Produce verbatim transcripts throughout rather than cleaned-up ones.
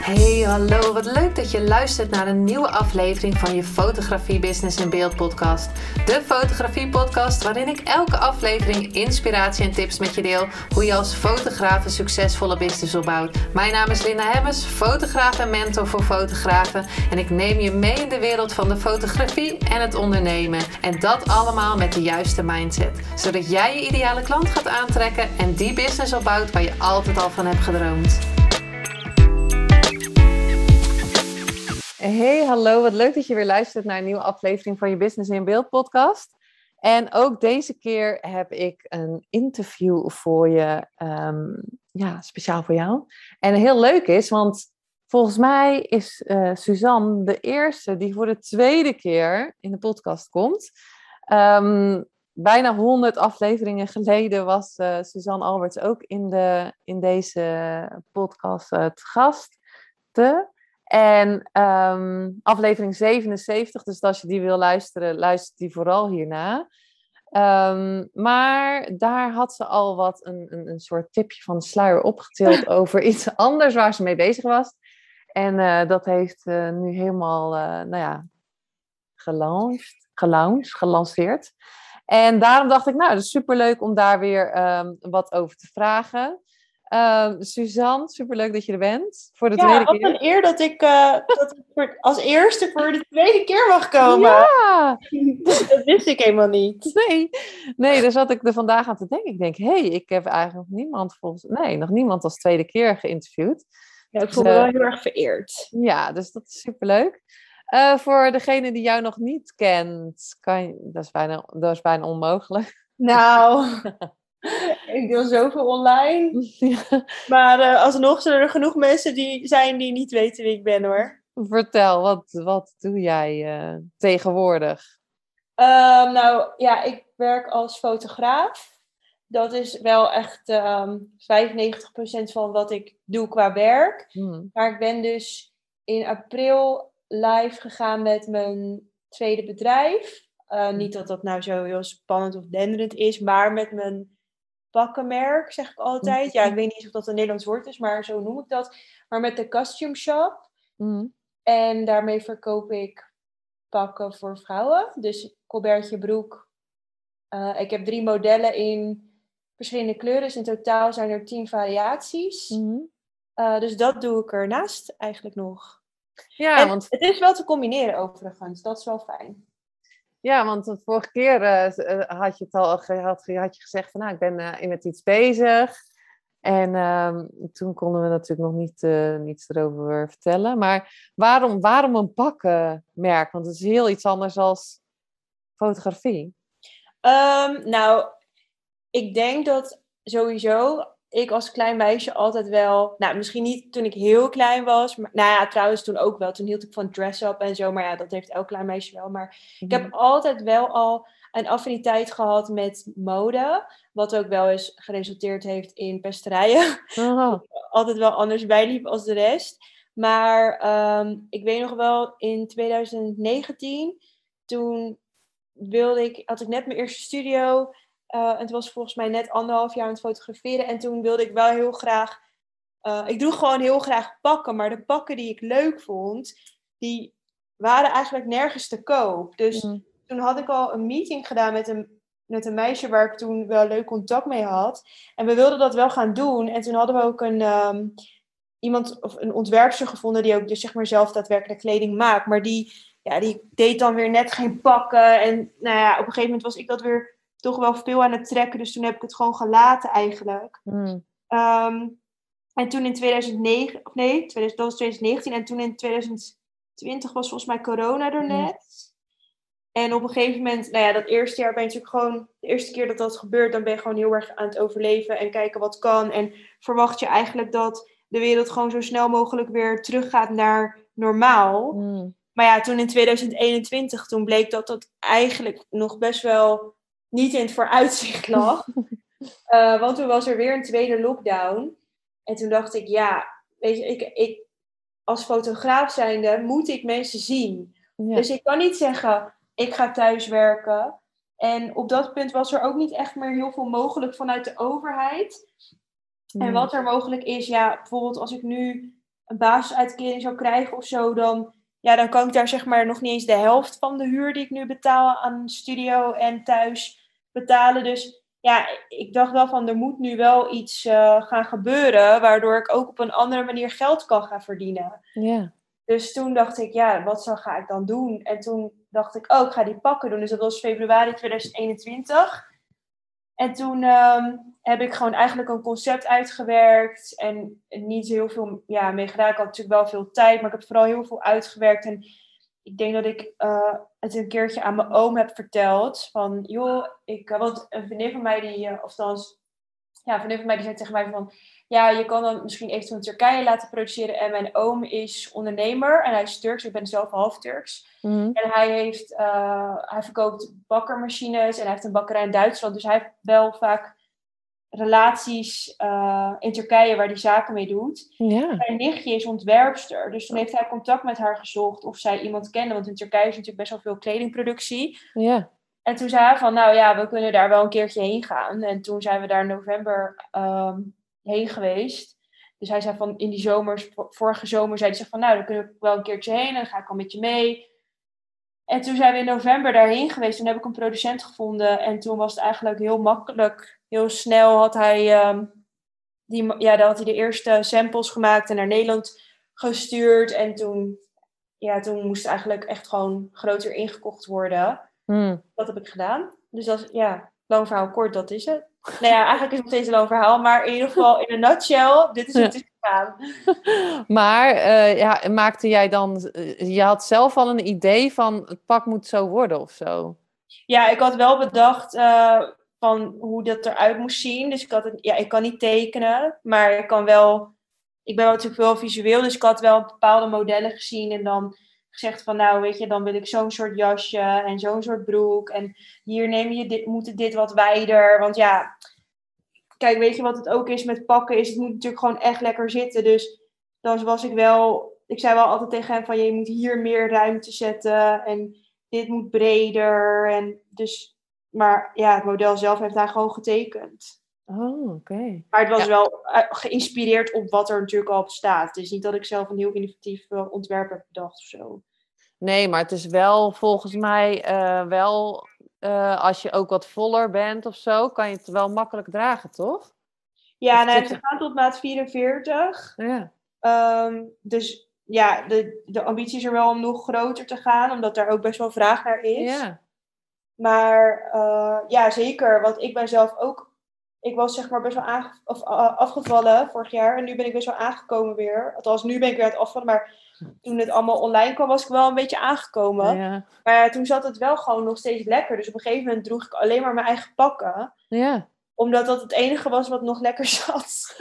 Hey, hallo. Wat leuk dat je luistert naar een nieuwe aflevering van je Fotografie Business in Beeld podcast. De fotografie podcast waarin ik elke aflevering inspiratie en tips met je deel hoe je als fotograaf een succesvolle business opbouwt. Mijn naam is Linda Hemmers, fotograaf en mentor voor fotografen. En ik neem je mee in de wereld van de fotografie en het ondernemen. En dat allemaal met de juiste mindset. Zodat jij je ideale klant gaat aantrekken en die business opbouwt waar je altijd al van hebt gedroomd. Hey, hallo. Wat leuk dat je weer luistert naar een nieuwe aflevering van je Business in Beeld podcast. En ook deze keer heb ik een interview voor je, um, ja, speciaal voor jou. En heel leuk is, want volgens mij is uh, Suzanne de eerste die voor de tweede keer in de podcast komt. Um, bijna honderd afleveringen geleden was uh, Suzanne Alberts ook in, de, in deze podcast uh, te gast. Te. En um, aflevering zevenenzeventig, dus als je die wil luisteren, luister die vooral hierna. Um, maar daar had ze al wat een, een, een soort tipje van de sluier opgetild over iets anders waar ze mee bezig was. En uh, dat heeft uh, nu helemaal, uh, nou ja, gelaunched, gelaunched, gelanceerd. En daarom dacht ik, nou, het is superleuk om daar weer um, wat over te vragen. Uh, Suzanne, superleuk dat je er bent. Voor de ja, tweede wat keer. een eer dat ik, uh, dat ik voor, als eerste voor de tweede keer mag komen. Ja! Dat wist ik helemaal niet. Nee, nee, daar zat ik er vandaag aan te denken. Ik denk, hé, hey, ik heb eigenlijk nog niemand volgens... Nee, nog niemand als tweede keer geïnterviewd. Ja, ik dus, voel me uh, wel heel erg vereerd. Ja, dus dat is superleuk. Uh, voor degene die jou nog niet kent, kan je... dat, is bijna, dat is bijna onmogelijk. Nou... Ik deel zoveel online. Ja. Maar uh, alsnog zijn er genoeg mensen die zijn die niet weten wie ik ben, hoor. Vertel, wat, wat doe jij uh, tegenwoordig? Uh, nou, ja, ik werk als fotograaf. Dat is wel echt um, vijfennegentig procent van wat ik doe qua werk. Hmm. Maar ik ben dus in april live gegaan met mijn tweede bedrijf. Uh, hmm. Niet dat dat nou zo heel spannend of denderend is, maar met mijn pakkenmerk, zeg ik altijd. Ja, ik weet niet of dat een Nederlands woord is, maar zo noem ik dat. Maar met de Costume Shop. Mm. En daarmee verkoop ik pakken voor vrouwen. Dus colbertje, broek. Uh, ik heb drie modellen in verschillende kleuren. Dus in totaal zijn er tien variaties. Mm. Uh, dus dat doe ik ernaast eigenlijk nog. Ja, en want... het is wel te combineren overigens. Dat is wel fijn. Ja, want de vorige keer uh, had je het al had, had je gezegd van nou, ik ben uh, met iets bezig. En uh, toen konden we natuurlijk nog niet uh, niets erover vertellen. Maar waarom, waarom een pakkenmerk? Want het is heel iets anders dan fotografie. Um, nou, ik denk dat sowieso ik als klein meisje altijd wel... Nou, misschien niet toen ik heel klein was. Maar, nou ja, trouwens toen ook wel. Toen hield ik van dress-up en zo. Maar ja, dat heeft elk klein meisje wel. Maar mm-hmm. ik heb altijd wel al een affiniteit gehad met mode. Wat ook wel eens geresulteerd heeft in pesterijen. Oh. Altijd wel anders bijliep als de rest. Maar um, ik weet nog wel, in twintig negentien... Toen wilde ik, had ik net mijn eerste studio... Uh, en het was volgens mij net anderhalf jaar aan het fotograferen. En toen wilde ik wel heel graag... Uh, ik droeg gewoon heel graag pakken. Maar de pakken die ik leuk vond... die waren eigenlijk nergens te koop. Dus mm. toen had ik al een meeting gedaan met een, met een meisje... waar ik toen wel leuk contact mee had. En we wilden dat wel gaan doen. En toen hadden we ook een... Um, iemand of een ontwerpster gevonden... die ook dus zeg maar zelf daadwerkelijk kleding maakt. Maar die, ja, die deed dan weer net geen pakken. En nou ja, op een gegeven moment was ik dat weer... toch wel veel aan het trekken. Dus toen heb ik het gewoon gelaten eigenlijk. Mm. Um, en toen in tweeduizend negen... Of nee, dat was twintig negentien. En toen in twintig twintig was volgens mij corona er net. Mm. En op een gegeven moment... Nou ja, dat eerste jaar ben je natuurlijk gewoon... De eerste keer dat dat gebeurt... Dan ben je gewoon heel erg aan het overleven. En kijken wat kan. En verwacht je eigenlijk dat de wereld gewoon zo snel mogelijk weer teruggaat naar normaal. Mm. Maar ja, toen in twintig eenentwintig... Toen bleek dat dat eigenlijk nog best wel... niet in het vooruitzicht lag. uh, want toen was er weer een tweede lockdown. En toen dacht ik, ja, weet je, ik, ik als fotograaf zijnde moet ik mensen zien. Ja. Dus ik kan niet zeggen, ik ga thuis werken. En op dat punt was er ook niet echt meer heel veel mogelijk vanuit de overheid. Mm. En wat er mogelijk is, ja, bijvoorbeeld als ik nu een basisuitkering zou krijgen of zo, dan, ja, dan kan ik daar zeg maar nog niet eens de helft van de huur die ik nu betaal aan studio en thuis betalen. Dus ja, ik dacht wel van, er moet nu wel iets uh, gaan gebeuren, waardoor ik ook op een andere manier geld kan gaan verdienen. Ja. Dus toen dacht ik, ja, wat zou, ga ik dan doen? En toen dacht ik, oh, ik ga die pakken doen. Dus dat was februari tweeduizend eenentwintig. En toen um, heb ik gewoon eigenlijk een concept uitgewerkt. En niet heel veel ja, mee gedaan. Ik had natuurlijk wel veel tijd, maar ik heb vooral heel veel uitgewerkt. En ik denk dat ik uh, het een keertje aan mijn oom heb verteld. Van, joh, ik, want een vriendin van mij, die, uh, of althans, ja, een vriendin van mij die zei tegen mij van, ja, je kan dan misschien eventueel in Turkije laten produceren. En mijn oom is ondernemer en hij is Turks. Ik ben zelf half Turks. Mm-hmm. En hij, heeft, uh, hij verkoopt bakkermachines en hij heeft een bakkerij in Duitsland. Dus hij heeft wel vaak relaties uh, in Turkije waar hij zaken mee doet. Ja. Zijn nichtje is ontwerpster. Dus toen heeft hij contact met haar gezocht of zij iemand kende. Want in Turkije is natuurlijk best wel veel kledingproductie. Ja. En toen zei hij van, nou ja, we kunnen daar wel een keertje heen gaan. En toen zijn we daar in november um, heen geweest. Dus hij zei van, in die zomers, vorige zomer zei hij van, nou, dan kunnen we wel een keertje heen. En dan ga ik al met je mee. En toen zijn we in november daarheen geweest. Toen heb ik een producent gevonden. En toen was het eigenlijk heel makkelijk. Heel snel had hij, um, die, ja, dan had hij de eerste samples gemaakt en naar Nederland gestuurd. En toen, ja, toen moest het eigenlijk echt gewoon groter ingekocht worden. Mm. Dat heb ik gedaan. Dus dat is, ja, lang verhaal kort, dat is het. Nou ja, eigenlijk is het nog steeds een lang verhaal. Maar in ieder geval, in een nutshell, dit is hoe het is gegaan. Maar uh, ja, maakte jij dan... Uh, je had zelf al een idee van het pak moet zo worden of zo? Ja, ik had wel bedacht uh, van hoe dat eruit moest zien. Dus ik had het, ja, ik kan niet tekenen, maar ik kan wel... Ik ben wel natuurlijk wel visueel, dus ik had wel bepaalde modellen gezien en dan gezegd van, nou weet je, dan wil ik zo'n soort jasje en zo'n soort broek. En hier neem je dit, moet het dit wat wijder. Want ja, kijk, weet je wat het ook is met pakken, is het moet natuurlijk gewoon echt lekker zitten. Dus dan was ik wel, ik zei wel altijd tegen hem van, je moet hier meer ruimte zetten en dit moet breder. En dus, maar ja, het model zelf heeft hij gewoon getekend. Oh, oké. Okay. Maar het was ja. wel uh, geïnspireerd op wat er natuurlijk al bestaat. Het is niet dat ik zelf een heel innovatief uh, ontwerp heb bedacht of zo. Nee, maar het is wel volgens mij uh, wel... Uh, als je ook wat voller bent of zo, kan je het wel makkelijk dragen, toch? Ja, nou, ze gaan tot maat vierenveertig. Ja. Um, dus ja, de, de ambitie is er wel om nog groter te gaan, omdat daar ook best wel vraag naar is. Ja. Maar uh, ja, zeker. Want ik ben zelf ook... Ik was zeg maar best wel aange- of, uh, afgevallen vorig jaar. En nu ben ik best wel aangekomen weer. Althans, nu ben ik weer aan het afvallen. Maar toen het allemaal online kwam, was ik wel een beetje aangekomen. Ja. Maar toen zat het wel gewoon nog steeds lekker. Dus op een gegeven moment droeg ik alleen maar mijn eigen pakken. Ja. Omdat dat het enige was wat nog lekker zat.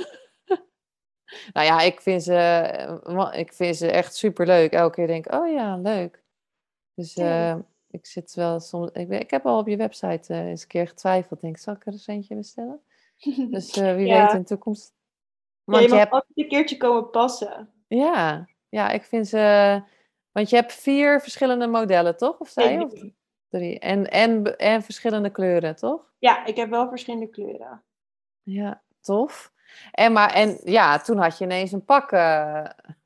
Nou ja, ik vind ze, ik vind ze echt superleuk. Elke keer denk ik, oh ja, leuk. Dus uh, ik zit wel soms... Ik, ik heb al op je website uh, eens een keer getwijfeld. Denk, zal ik er eens eentje bestellen? Dus uh, wie ja. weet in de toekomst. Want ja, je mag je hebt... altijd een keertje komen passen. Ja, ja, ik vind ze... Want je hebt vier verschillende modellen, toch? Of zei je? Of drie. En, en, en verschillende kleuren, toch? Ja, ik heb wel verschillende kleuren. Ja, tof. En, maar, en ja, toen had je ineens een pak uh,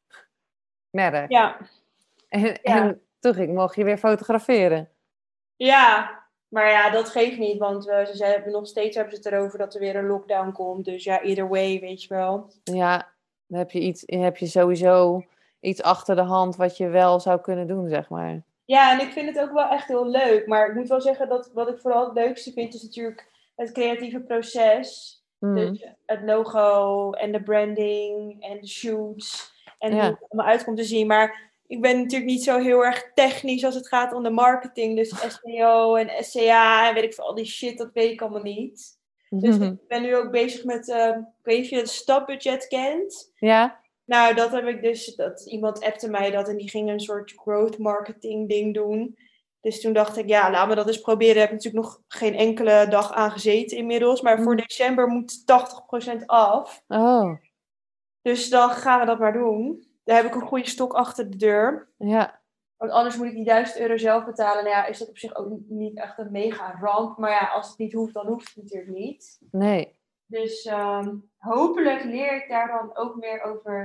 merk. Ja. En, ja. en toen ging, mocht je weer fotograferen. Ja, maar ja, dat geeft niet. Want we, ze hebben nog steeds hebben ze het erover dat er weer een lockdown komt. Dus ja, either way, weet je wel. Ja, dan heb je, iets, heb je sowieso iets achter de hand wat je wel zou kunnen doen, zeg maar. Ja, en ik vind het ook wel echt heel leuk. Maar ik moet wel zeggen dat wat ik vooral het leukste vind is natuurlijk het creatieve proces. Mm. Dus het logo en de branding en de shoots. En ja. hoe het allemaal uit komt te zien. Maar ik ben natuurlijk niet zo heel erg technisch als het gaat om de marketing. Dus S E O en S C A en weet ik veel, al die shit, dat weet ik allemaal niet. Dus mm-hmm. ik ben nu ook bezig met, uh, ik weet niet of je het stapbudget kent. Ja. Nou, dat heb ik dus, dat, iemand appte mij dat en die ging een soort growth marketing ding doen. Dus toen dacht ik, ja, laat me dat eens proberen. Daar heb ik natuurlijk nog geen enkele dag aan gezeten inmiddels. Maar voor mm. december moet tachtig procent af. Oh. Dus dan gaan we dat maar doen. Daar heb ik een goede stok achter de deur. Ja. Want anders moet ik die duizend euro zelf betalen. Nou ja, is dat op zich ook niet echt een mega ramp. Maar ja, als het niet hoeft, dan hoeft het natuurlijk niet. Nee. Dus um, hopelijk leer ik daar dan ook meer over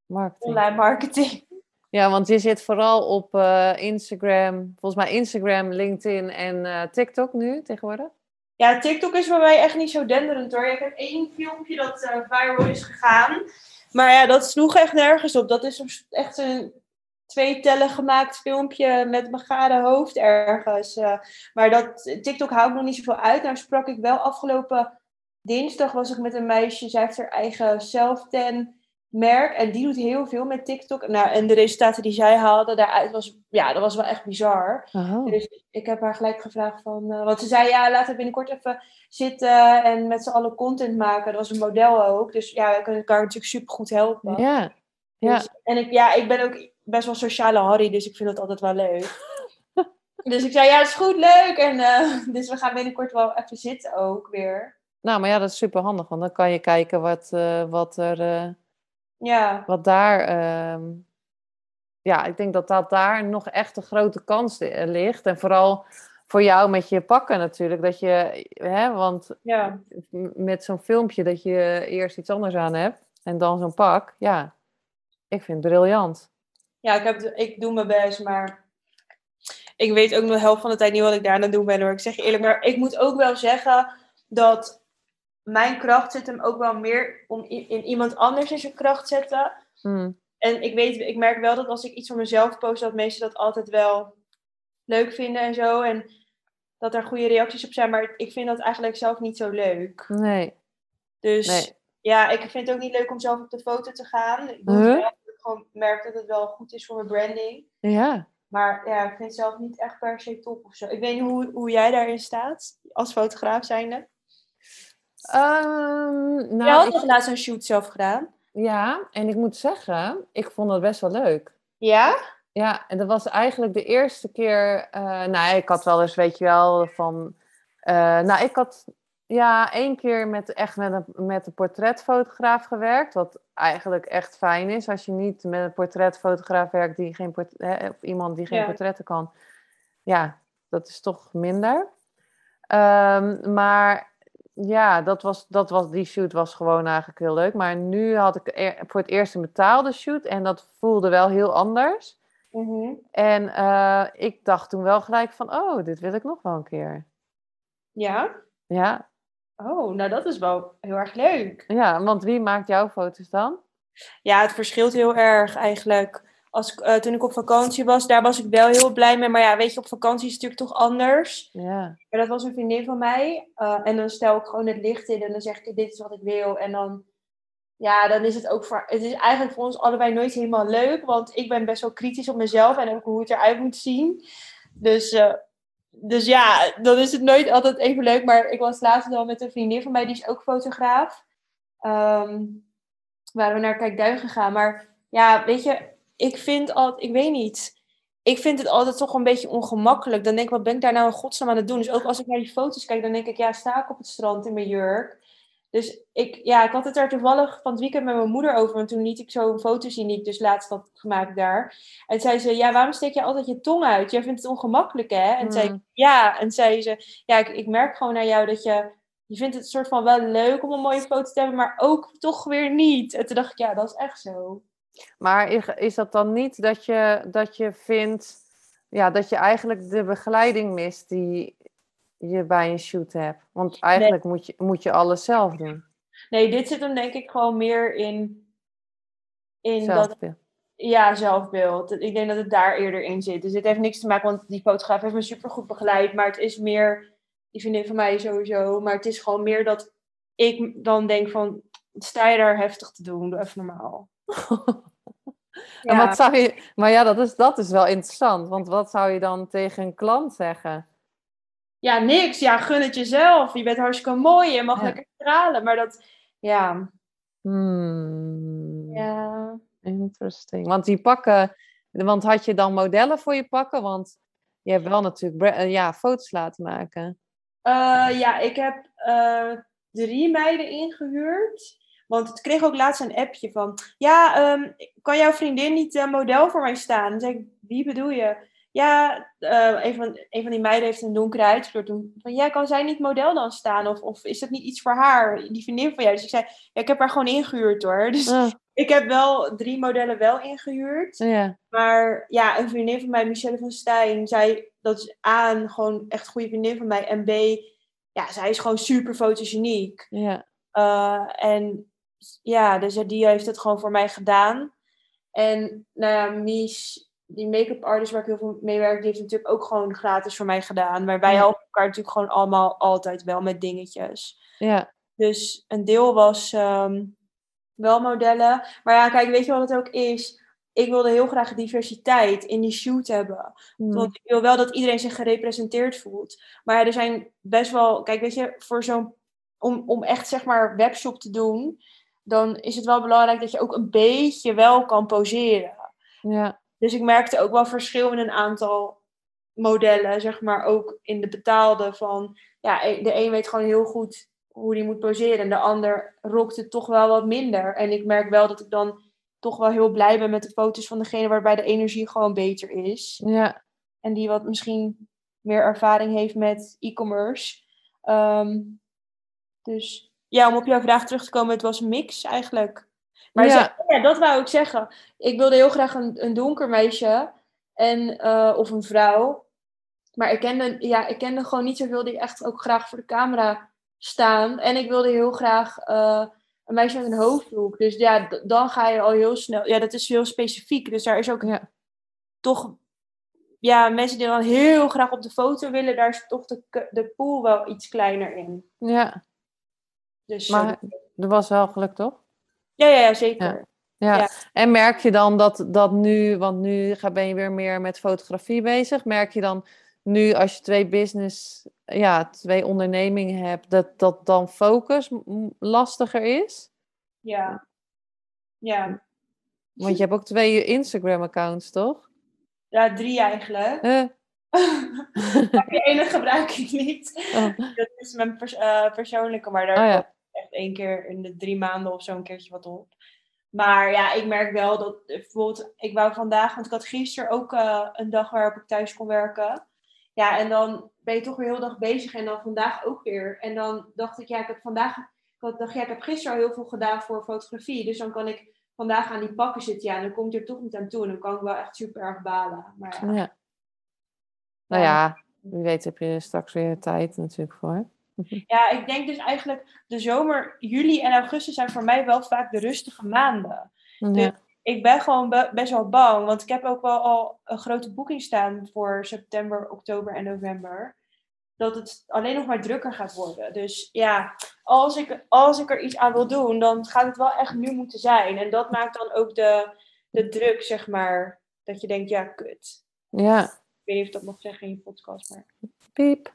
marketing. Online marketing. Ja, want je zit vooral op uh, Instagram, volgens mij Instagram, LinkedIn en uh, TikTok nu tegenwoordig. Ja, TikTok is voor mij echt niet zo denderend hoor. Ik heb één filmpje dat uh, viral is gegaan. Maar ja, dat sloeg echt nergens op. Dat is echt een twee tellen gemaakt filmpje met mijn gade hoofd ergens. Uh, maar dat TikTok houdt nog niet zoveel uit. Nou sprak ik wel afgelopen dinsdag was ik met een meisje. Zij heeft haar eigen self-tan merk. En die doet heel veel met TikTok. Nou, en de resultaten die zij haalde daaruit was, ja, dat was wel echt bizar. Oh. Dus ik heb haar gelijk gevraagd van, uh, want ze zei, ja, laten we binnenkort even zitten en met z'n allen content maken. Dat was een model ook. Dus ja, we kunnen elkaar natuurlijk super goed helpen. Ja. Ja. Dus, en ik, ja, ik ben ook best wel sociale Harry, dus ik vind dat altijd wel leuk. Dus ik zei, ja, dat is goed, leuk. En uh, dus we gaan binnenkort wel even zitten ook weer. Nou, maar ja, dat is super handig, want dan kan je kijken wat, uh, wat er, uh, ja. wat daar, uh, ja, ik denk dat dat daar nog echt een grote kans ligt. En vooral voor jou met je pakken natuurlijk, dat je, hè, want ja. met zo'n filmpje dat je eerst iets anders aan hebt en dan zo'n pak, ja, ik vind het briljant. Ja, ik, heb, ik doe mijn best, maar ik weet ook nog de helft van de tijd niet wat ik daar aan het doen ben hoor. Ik zeg je eerlijk, maar ik moet ook wel zeggen dat mijn kracht zit hem ook wel meer om in iemand anders in zijn kracht zetten. Hmm. En ik weet, ik merk wel dat als ik iets van mezelf post, dat mensen dat altijd wel leuk vinden en zo. En dat er goede reacties op zijn, maar ik vind dat eigenlijk zelf niet zo leuk. Nee. Dus nee. ja, ik vind het ook niet leuk om zelf op de foto te gaan. Ik doe huh? het wel, ik gewoon merk dat het wel goed is voor mijn branding. Ja. Maar ja, ik vind het zelf niet echt per se top of zo. Ik weet niet hoe, hoe jij daarin staat, als fotograaf zijnde. Um, nou, jij had ik... nog laatst een shoot zelf gedaan. Ja, en ik moet zeggen, ik vond het best wel leuk. Ja? Ja, en dat was eigenlijk de eerste keer... Uh, nou, ik had wel eens, weet je wel, van... Uh, nou, ik had ja, één keer met, echt met een, met een portretfotograaf gewerkt. Wat eigenlijk echt fijn is als je niet met een portretfotograaf werkt die geen port- hè, of iemand die geen Ja. portretten kan. Ja, dat is toch minder. Um, maar ja, dat was, dat was, die shoot was gewoon eigenlijk heel leuk. Maar nu had ik er, voor het eerst een betaalde shoot en dat voelde wel heel anders. Mm-hmm. En uh, ik dacht toen wel gelijk van, oh, dit wil ik nog wel een keer. Ja? Ja. Oh, nou dat is wel heel erg leuk. Ja, want wie maakt jouw foto's dan? Ja, het verschilt heel erg eigenlijk. Als, uh, toen ik op vakantie was, daar was ik wel heel blij mee. Maar ja, weet je, op vakantie is het natuurlijk toch anders. Ja. Maar dat was een vriendin van mij. Uh, en dan stel ik gewoon het licht in en dan zeg ik, dit is wat ik wil. En dan, ja, dan is het ook voor... Het is eigenlijk voor ons allebei nooit helemaal leuk. Want ik ben best wel kritisch op mezelf en ook hoe het eruit moet zien. Dus... Uh, Dus ja, dan is het nooit altijd even leuk. Maar ik was laatst al met een vriendin van mij, die is ook fotograaf. Um, waren we naar Kijkduin gegaan. Maar ja, weet je, ik vind altijd, ik weet niet. Ik vind het altijd toch een beetje ongemakkelijk. Dan denk ik, wat ben ik daar nou in godsnaam aan het doen? Dus ook als ik naar die foto's kijk, dan denk ik, ja, sta ik op het strand in mijn jurk. Dus ik, ja, ik had het er toevallig van het weekend met mijn moeder over. Want toen liet ik zo een foto zien die ik dus laatst had gemaakt daar. En zei ze, ja, waarom steek je altijd je tong uit? Jij vindt het ongemakkelijk, hè? En Mm. zei ik, ja. En zei ze, ja, ik, ik merk gewoon aan jou dat je... Je vindt het soort van wel leuk om een mooie foto te hebben, maar ook toch weer niet. En toen dacht ik, ja, dat is echt zo. Maar is, is dat dan niet dat je, dat je vindt... Ja, dat je eigenlijk de begeleiding mist die je bij een shoot hebt? Want eigenlijk nee. moet, je, moet je alles zelf doen. Nee, dit zit hem denk ik gewoon meer in... in zelfbeeld. Dat, ja, zelfbeeld. Ik denk dat het daar eerder in zit. Dus dit heeft niks te maken, want die fotograaf heeft me supergoed begeleid. Maar het is meer... Die vriendin van mij sowieso. Maar het is gewoon meer dat ik dan denk van... Sta je daar heftig te doen? Doe even normaal. Ja. En wat zou je... Maar ja, dat is, dat is wel interessant. Want wat zou je dan tegen een klant zeggen? Ja, niks. Ja, gun het jezelf. Je bent hartstikke mooi. Je mag ja. lekker stralen. Maar dat... Ja. Hmm. Ja. Interesting. Want die pakken... Want had je dan modellen voor je pakken? Want je hebt wel natuurlijk ja, foto's laten maken. Uh, ja, ik heb uh, drie meiden ingehuurd. Want ik kreeg ook laatst een appje van... Ja, um, kan jouw vriendin niet uh, model voor mij staan? Dan zeg ik, wie bedoel je? Ja, uh, een, van, een van die meiden heeft een donkere huidskleur toen. Van, ja, kan zij niet model dan staan? Of, of is dat niet iets voor haar? Die vriendin van jou? Dus ik zei, ja, ik heb haar gewoon ingehuurd hoor. Dus uh. ik heb wel drie modellen wel ingehuurd. Ja. Maar ja, een vriendin van mij, Michelle van Stijn, zij, dat is A, een gewoon echt een goede vriendin van mij. En B, ja, zij is gewoon super fotogeniek. Ja. Uh, en ja, dus die heeft het gewoon voor mij gedaan. En nou ja, Mies, die make-up artist waar ik heel veel mee werk, die heeft natuurlijk ook gewoon gratis voor mij gedaan. Maar wij Ja. helpen elkaar natuurlijk gewoon allemaal altijd wel met dingetjes. Ja. Dus een deel was um, wel modellen. Maar ja, kijk, weet je wat het ook is? Ik wilde heel graag diversiteit in die shoot hebben. Hmm. Want ik wil wel dat iedereen zich gerepresenteerd voelt. Maar ja, er zijn best wel... Kijk, weet je, voor zo'n... Om, om echt, zeg maar, webshop te doen... dan is het wel belangrijk dat je ook een beetje wel kan poseren. Ja. Dus ik merkte ook wel verschil in een aantal modellen, zeg maar, ook in de betaalde van... Ja, de een weet gewoon heel goed hoe die moet poseren en de ander rokt het toch wel wat minder. En ik merk wel dat ik dan toch wel heel blij ben met de foto's van degene waarbij de energie gewoon beter is. Ja. En die wat misschien meer ervaring heeft met e-commerce. Um, dus ja, om op jouw vraag terug te komen, het was een mix eigenlijk. Maar ja. Zeg, ja, dat wou ik zeggen. Ik wilde heel graag een, een donker meisje. En, uh, of een vrouw. Maar ik kende, ja, ik kende gewoon niet zoveel die echt ook graag voor de camera staan. En ik wilde heel graag uh, een meisje met een hoofddoek. Dus ja, d- dan ga je al heel snel... Ja, dat is heel specifiek. Dus daar is ook ja. toch... Ja, mensen die dan heel graag op de foto willen, daar is toch de, de pool wel iets kleiner in. Ja. Dus, maar uh, er was wel geluk, toch? Ja, ja, ja zeker. Ja. Ja. ja, en merk je dan dat, dat nu, want nu ben je weer meer met fotografie bezig, merk je dan nu als je twee business, ja, twee ondernemingen hebt, dat, dat dan focus lastiger is? Ja. Ja. Want je hebt ook twee Instagram-accounts, toch? Ja, drie eigenlijk. Uh. Die ene gebruik ik niet. Oh. Dat is mijn pers- uh, persoonlijke, maar daar oh, ja. echt één keer in de drie maanden of zo een keertje wat op. Maar ja, ik merk wel dat bijvoorbeeld, ik wou vandaag, want ik had gisteren ook uh, een dag waarop ik thuis kon werken. Ja, en dan ben je toch weer heel dag bezig en dan vandaag ook weer. En dan dacht ik, ja, ik heb vandaag, ik had, dacht, ja, ik heb gisteren al heel veel gedaan voor fotografie. Dus dan kan ik vandaag aan die pakken zitten. Ja, en dan kom ik er toch niet aan toe. En dan kan ik wel echt super erg balen. Maar ja. ja. Nou ja, wie weet heb je straks weer tijd natuurlijk voor. Ja, ik denk dus eigenlijk de zomer, juli en augustus zijn voor mij wel vaak de rustige maanden. Ja. Dus ik ben gewoon be- best wel bang, want ik heb ook wel al een grote boeking staan voor september, oktober en november. Dat het alleen nog maar drukker gaat worden. Dus ja, als ik, als ik er iets aan wil doen, dan gaat het wel echt nu moeten zijn. En dat maakt dan ook de, de druk, zeg maar, dat je denkt, ja, kut. Ja. Ik weet niet of ik dat mag zeggen in je podcast, maar... Piep.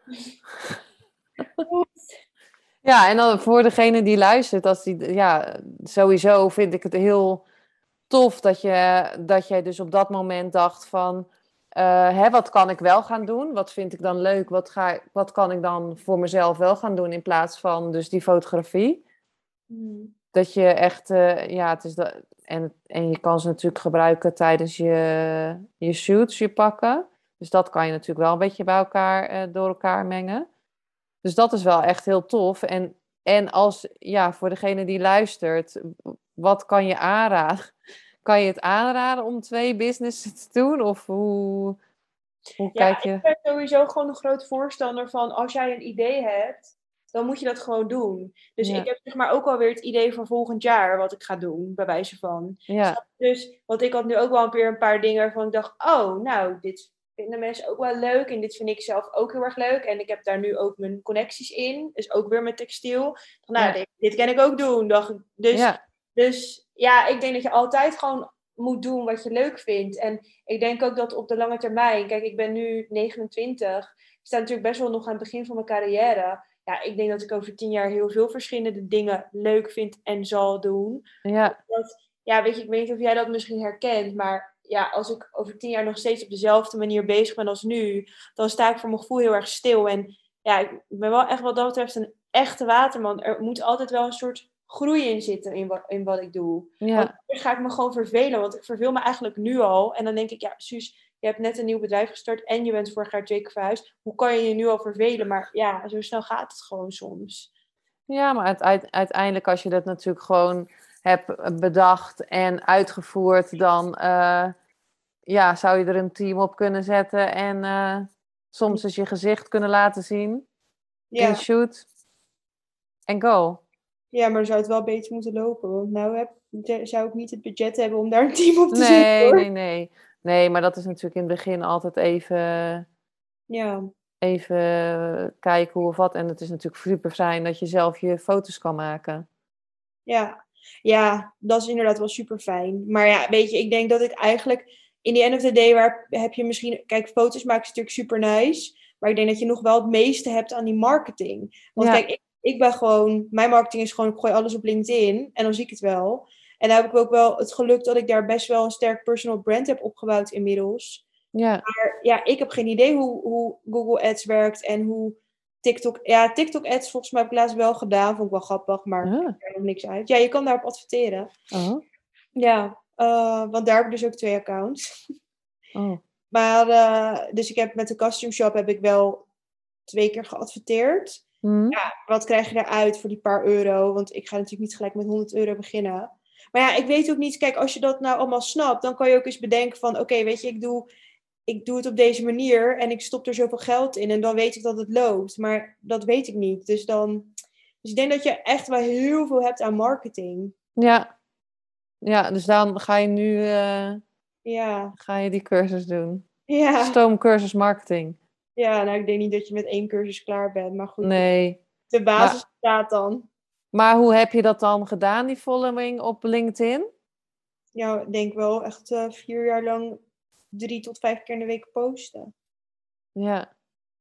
Ja, en dan voor degene die luistert, als die, ja, sowieso vind ik het heel tof dat, je, dat jij dus op dat moment dacht van, uh, hè, wat kan ik wel gaan doen? Wat vind ik dan leuk? Wat, ga, wat kan ik dan voor mezelf wel gaan doen in plaats van dus die fotografie? Hmm. Dat je echt, uh, ja, het is dat, en, en je kan ze natuurlijk gebruiken tijdens je, je shoots, je pakken. Dus dat kan je natuurlijk wel een beetje bij elkaar, uh, door elkaar mengen. Dus dat is wel echt heel tof. En, en als, ja, voor degene die luistert, wat kan je aanraden? Kan je het aanraden om twee businessen te doen? Of hoe, hoe ja, kijk je? Ik ben sowieso gewoon een groot voorstander van, als jij een idee hebt, dan moet je dat gewoon doen. Dus ja. Ik heb zeg maar ook alweer het idee voor volgend jaar wat ik ga doen, bij wijze van. Ja. Dus, want ik had nu ook wel een keer een paar dingen waarvan ik dacht, oh, nou, dit vinden mensen ook wel leuk. En dit vind ik zelf ook heel erg leuk. En ik heb daar nu ook mijn connecties in. Dus ook weer met textiel. Nou, ja. dit, dit kan ik ook doen. Dacht ik. Dus, ja. dus ja, ik denk dat je altijd gewoon moet doen wat je leuk vindt. En ik denk ook dat op de lange termijn... Kijk, ik ben nu negenentwintig. Ik sta natuurlijk best wel nog aan het begin van mijn carrière. Ja, ik denk dat ik over tien jaar heel veel verschillende dingen leuk vind en zal doen. Ja. Dat, ja, weet je, ik weet niet of jij dat misschien herkent, maar ja, als ik over tien jaar nog steeds op dezelfde manier bezig ben als nu, dan sta ik voor mijn gevoel heel erg stil. En ja, ik ben wel echt wat dat betreft een echte waterman. Er moet altijd wel een soort groei in zitten in wat, in wat ik doe. Ja. Want anders ga ik me gewoon vervelen, want ik verveel me eigenlijk nu al. En dan denk ik, ja, Suus, je hebt net een nieuw bedrijf gestart en je bent vorig jaar twee keer verhuisd. Hoe kan je je nu al vervelen? Maar ja, zo snel gaat het gewoon soms. Ja, maar uite- uiteindelijk als je dat natuurlijk gewoon heb bedacht en uitgevoerd, dan uh, ja, zou je er een team op kunnen zetten en uh, soms eens je gezicht kunnen laten zien. Ja. En shoot en go. Ja, maar zou het wel beter moeten lopen. Want nou heb, zou ik niet het budget hebben om daar een team op te nee, zetten. Nee, nee, nee. Nee, maar dat is natuurlijk in het begin altijd even... Ja. Even kijken hoe of wat. En het is natuurlijk super fijn dat je zelf je foto's kan maken. Ja, ja, dat is inderdaad wel super fijn. Maar ja, weet je, ik denk dat ik eigenlijk... In the end of the day waar heb je misschien... Kijk, foto's maken is natuurlijk super nice. Maar ik denk dat je nog wel het meeste hebt aan die marketing. Want Ja. kijk, ik, ik ben gewoon... Mijn marketing is gewoon, ik gooi alles op LinkedIn. En dan zie ik het wel. En dan heb ik ook wel het geluk dat ik daar best wel een sterk personal brand heb opgebouwd inmiddels. Ja. Maar ja, ik heb geen idee hoe, hoe Google Ads werkt en hoe TikTok... Ja, TikTok Ads volgens mij heb ik laatst wel gedaan. Vond ik wel grappig, maar Ah. er nog niks uit. Ja, je kan daarop adverteren. Oh. Ja, uh, want daar heb ik dus ook twee accounts. Oh. Maar, uh, dus ik heb met de Custom Shop heb ik wel twee keer geadverteerd. Hmm. Ja, wat krijg je eruit voor die paar euro? Want ik ga natuurlijk niet gelijk met honderd euro beginnen. Maar ja, ik weet ook niet... Kijk, als je dat nou allemaal snapt, dan kan je ook eens bedenken van... Oké, okay, weet je, ik doe... ik doe het op deze manier en ik stop er zoveel geld in en dan weet ik dat het loopt. Maar dat weet ik niet. Dus dan... Dus ik denk dat je echt wel heel veel hebt aan marketing. Ja. Ja, dus dan ga je nu... Uh, ja. Ga je die cursus doen. Ja. Stoomcursus marketing. Ja, nou ik denk niet dat je met één cursus klaar bent. Maar goed. Nee. De basis maar, staat dan. Maar hoe heb je dat dan gedaan, die following op LinkedIn? Ja, ik denk wel echt uh, vier jaar lang drie tot vijf keer in de week posten. Ja.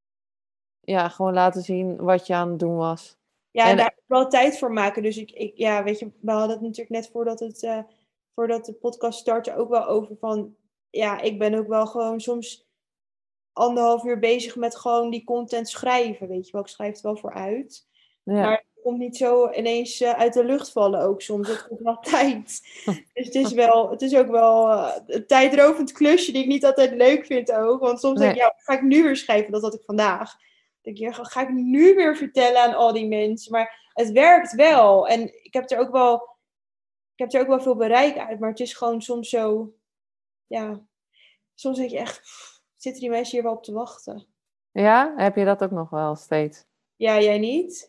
Ja, gewoon laten zien wat je aan het doen was. Ja, en, en daar wel tijd voor maken. Dus ik, ik, ja, weet je, we hadden het natuurlijk net voordat, het, uh, voordat de podcast startte ook wel over van... Ja, ik ben ook wel gewoon soms anderhalf uur bezig met gewoon die content schrijven. Weet je wel, ik schrijf het wel voor uit. Ja. Maar het komt niet zo ineens uh, uit de lucht vallen ook soms. Het kost wel tijd. Dus het is, wel, het is ook wel uh, een tijdrovend klusje die ik niet altijd leuk vind ook. Want soms nee. denk ik, ja, ga ik nu weer schrijven? Dat had ik vandaag. Dan denk je, ga ik nu weer vertellen aan al die mensen? Maar het werkt wel. En ik heb er ook wel, ik heb er ook wel veel bereik uit. Maar het is gewoon soms zo, ja, soms denk je echt, pff, zitten die mensen hier wel op te wachten? Ja, heb je dat ook nog wel steeds? Ja, jij niet?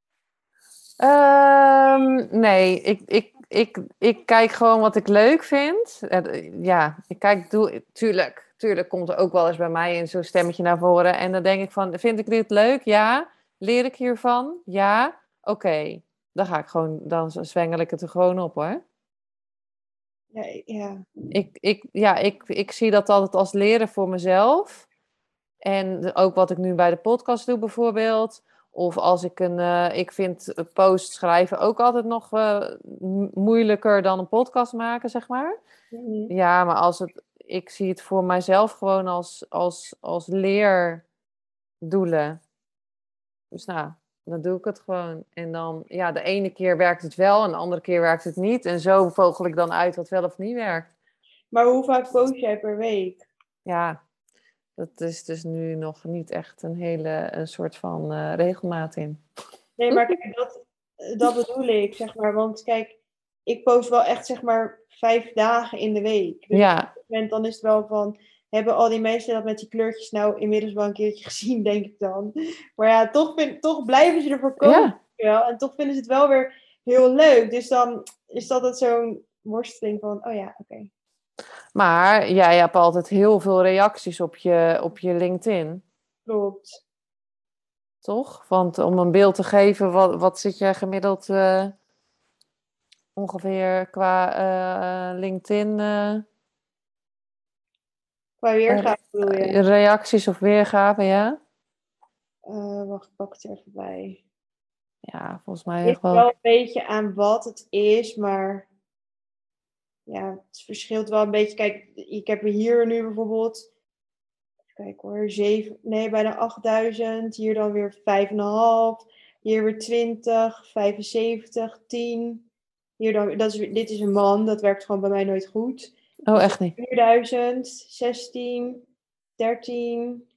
Um, nee, ik, ik, ik, ik kijk gewoon wat ik leuk vind. Ja, ik kijk, doe, tuurlijk, tuurlijk komt er ook wel eens bij mij een zo'n stemmetje naar voren. En dan denk ik van, vind ik dit leuk? Ja. Leer ik hiervan? Ja. Oké, okay. Dan ga ik gewoon, dan zwengel ik het er gewoon op hoor. Ja, ja. Ik, ik, ja, ik, ik zie dat altijd als leren voor mezelf. En ook wat ik nu bij de podcast doe bijvoorbeeld. Of als ik een... Uh, ik vind post schrijven ook altijd nog uh, moeilijker dan een podcast maken, zeg maar. Mm-hmm. Ja, maar als het... Ik zie het voor mijzelf gewoon als, als, als leerdoelen. Dus nou, dan doe ik het gewoon. En dan, ja, de ene keer werkt het wel en de andere keer werkt het niet. En zo vogel ik dan uit wat wel of niet werkt. Maar hoe vaak post jij per week? Ja, dat is dus nu nog niet echt een hele een soort van uh, regelmaat in. Nee, maar kijk, dat, dat bedoel ik, zeg maar. Want kijk, ik post wel echt, zeg maar, vijf dagen in de week. Dus ja. op moment, dan is het wel van... Hebben al die mensen dat met die kleurtjes nou inmiddels wel een keertje gezien, denk ik dan. Maar ja, toch, vind, toch blijven ze ervoor komen. Ja. En toch vinden ze het wel weer heel leuk. Dus dan is dat het zo'n worsteling van, oh ja, oké. Okay. Maar jij hebt altijd heel veel reacties op je, op je LinkedIn. Klopt. Toch? Want om een beeld te geven, wat, wat zit je gemiddeld uh, ongeveer qua uh, LinkedIn... Uh, qua weergave bedoel je? Reacties of weergave, ja? Uh, wacht, ik pak het er even bij. Ja, volgens mij Het ligt wel... wel een beetje aan wat het is, maar... Ja, het verschilt wel een beetje. Kijk, ik heb hier nu bijvoorbeeld... Kijk hoor, zeven, nee, bijna achtduizend. Hier dan weer vijf komma vijf. Hier weer twintig, vijfenzeventig, tien. Hier dan, dat is, dit is een man, dat werkt gewoon bij mij nooit goed. Oh, dus echt niet? vierduizend, zestien, dertien,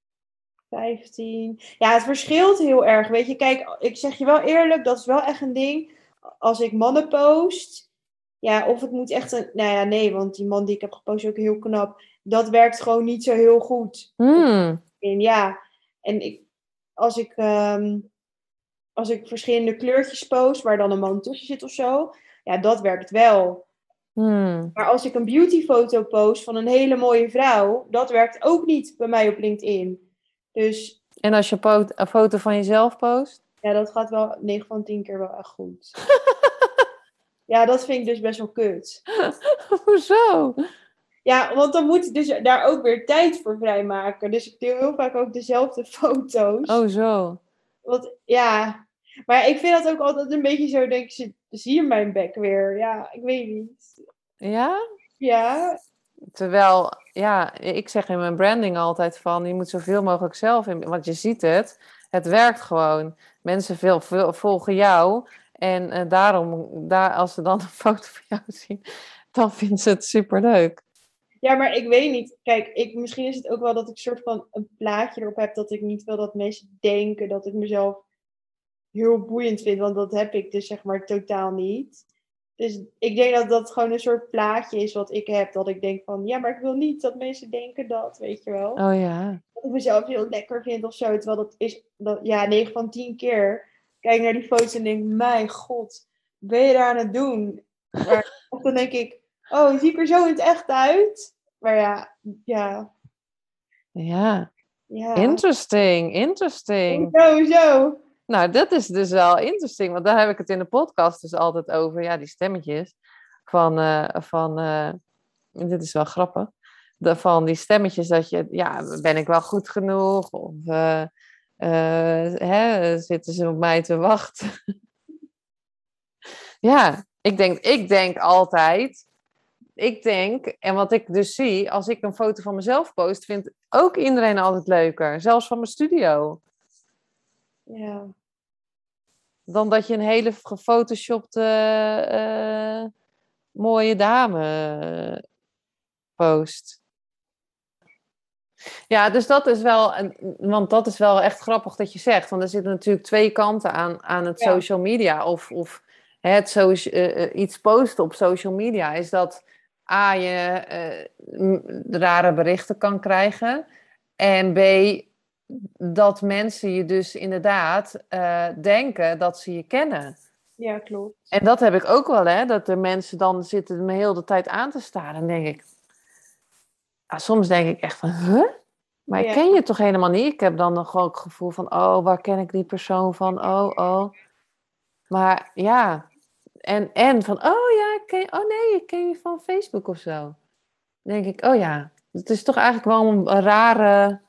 vijftien. Ja, het verschilt heel erg. Weet je, kijk, ik zeg je wel eerlijk, dat is wel echt een ding. als ik mannen post, ja, of het moet echt een, nou ja, nee, want die man die ik heb gepost is ook heel knap. Dat werkt gewoon niet zo heel goed. Hmm. En ja, en ik, als ik, um, als ik verschillende kleurtjes post, waar dan een man tussen zit of zo, ja, dat werkt wel. Hmm. Maar als ik een beautyfoto post van een hele mooie vrouw, dat werkt ook niet bij mij op LinkedIn. Dus... En als je po- een foto van jezelf post? Ja, dat gaat wel negen van tien keer wel echt goed. Ja, dat vind ik dus best wel kut. Hoezo? Ja, want dan moet ik dus daar ook weer tijd voor vrijmaken. Dus ik deel heel vaak ook dezelfde foto's. Oh, zo. Want ja, maar ik vind dat ook altijd een beetje zo, denk ik, zie je mijn bek weer? Ja, ik weet niet. Ja? Ja. Terwijl, ja, ik zeg in mijn branding altijd van, je moet zoveel mogelijk zelf in, want je ziet het, het werkt gewoon. Mensen veel, veel volgen jou en uh, daarom, daar, als ze dan een foto van jou zien, dan vinden ze het superleuk. Ja, maar ik weet niet. Kijk, ik, misschien is het ook wel dat ik een soort van een plaatje erop heb dat ik niet wil dat mensen denken dat ik mezelf heel boeiend vind, want dat heb ik dus zeg maar totaal niet. Dus ik denk dat dat gewoon een soort plaatje is wat ik heb, dat ik denk van, ja, maar ik wil niet dat mensen denken dat, weet je wel. Oh ja. Dat ik mezelf heel lekker vind of zo, terwijl dat is, dat, ja, negen van tien keer kijk naar die foto's en denk, mijn god, ben je daar aan het doen? Maar dan denk ik, oh, zie ik er zo in het echt uit? Maar ja, ja. Ja. Ja. Interesting, interesting. Zo, zo. Nou, dat is dus wel interesting, want daar heb ik het in de podcast dus altijd over. Ja, die stemmetjes van, uh, van uh, dit is wel grappig, de, van die stemmetjes dat je, ja, ben ik wel goed genoeg? Of uh, uh, hè, zitten ze op mij te wachten? Ja, ik denk, ik denk altijd, ik denk, en wat ik dus zie, als ik een foto van mezelf post, vindt ook iedereen altijd leuker, zelfs van mijn studio. Ja. Dan dat je een hele gefotoshopte uh, mooie dame post. Ja, dus dat is wel, want dat is wel echt grappig dat je zegt, want er zitten natuurlijk twee kanten aan, aan het Ja. social media of, of het so, uh, iets posten op social media, is dat A, je uh, rare berichten kan krijgen en B, dat mensen je dus inderdaad uh, denken dat ze je kennen. Ja, klopt. En dat heb ik ook wel, hè, dat de mensen dan zitten me heel de tijd aan te staren en denk ik, ah, soms denk ik echt van, huh? Maar Ja. ik ken je toch helemaal niet? Ik heb dan nog ook het gevoel van, oh, waar ken ik die persoon van? Oh, oh. Maar ja, en, en van, oh ja, ik ken, oh nee, ik ken je van Facebook of zo. Dan denk ik, oh ja, het is toch eigenlijk wel een, een rare...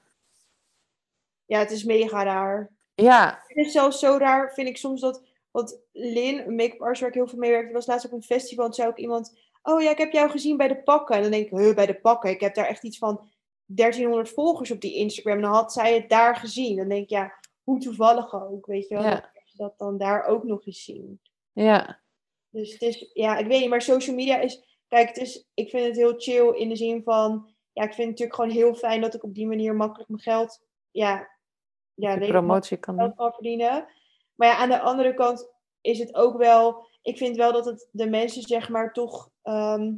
Ja, het is mega raar. Ja. Het is zelfs zo raar, vind ik soms dat, want Lin, een make-up artist waar ik heel veel mee werkte, was laatst op een festival en zei ook iemand, oh ja, ik heb jou gezien bij de pakken. En dan denk ik, huh, bij de pakken? Ik heb daar echt iets van dertienhonderd volgers op die Instagram. En dan had zij het daar gezien. Dan denk ik, ja, hoe toevallig ook, weet je wel, Ja. dat ze dat dan daar ook nog eens zien. Ja. Dus het is, ja, ik weet niet, maar social media is, kijk, het is, ik vind het heel chill in de zin van, ja, ik vind het natuurlijk gewoon heel fijn dat ik op die manier makkelijk mijn geld, ja, ja, de promotie kan geld kan verdienen. Maar ja, aan de andere kant is het ook wel, ik vind wel dat het de mensen, zeg maar, toch um,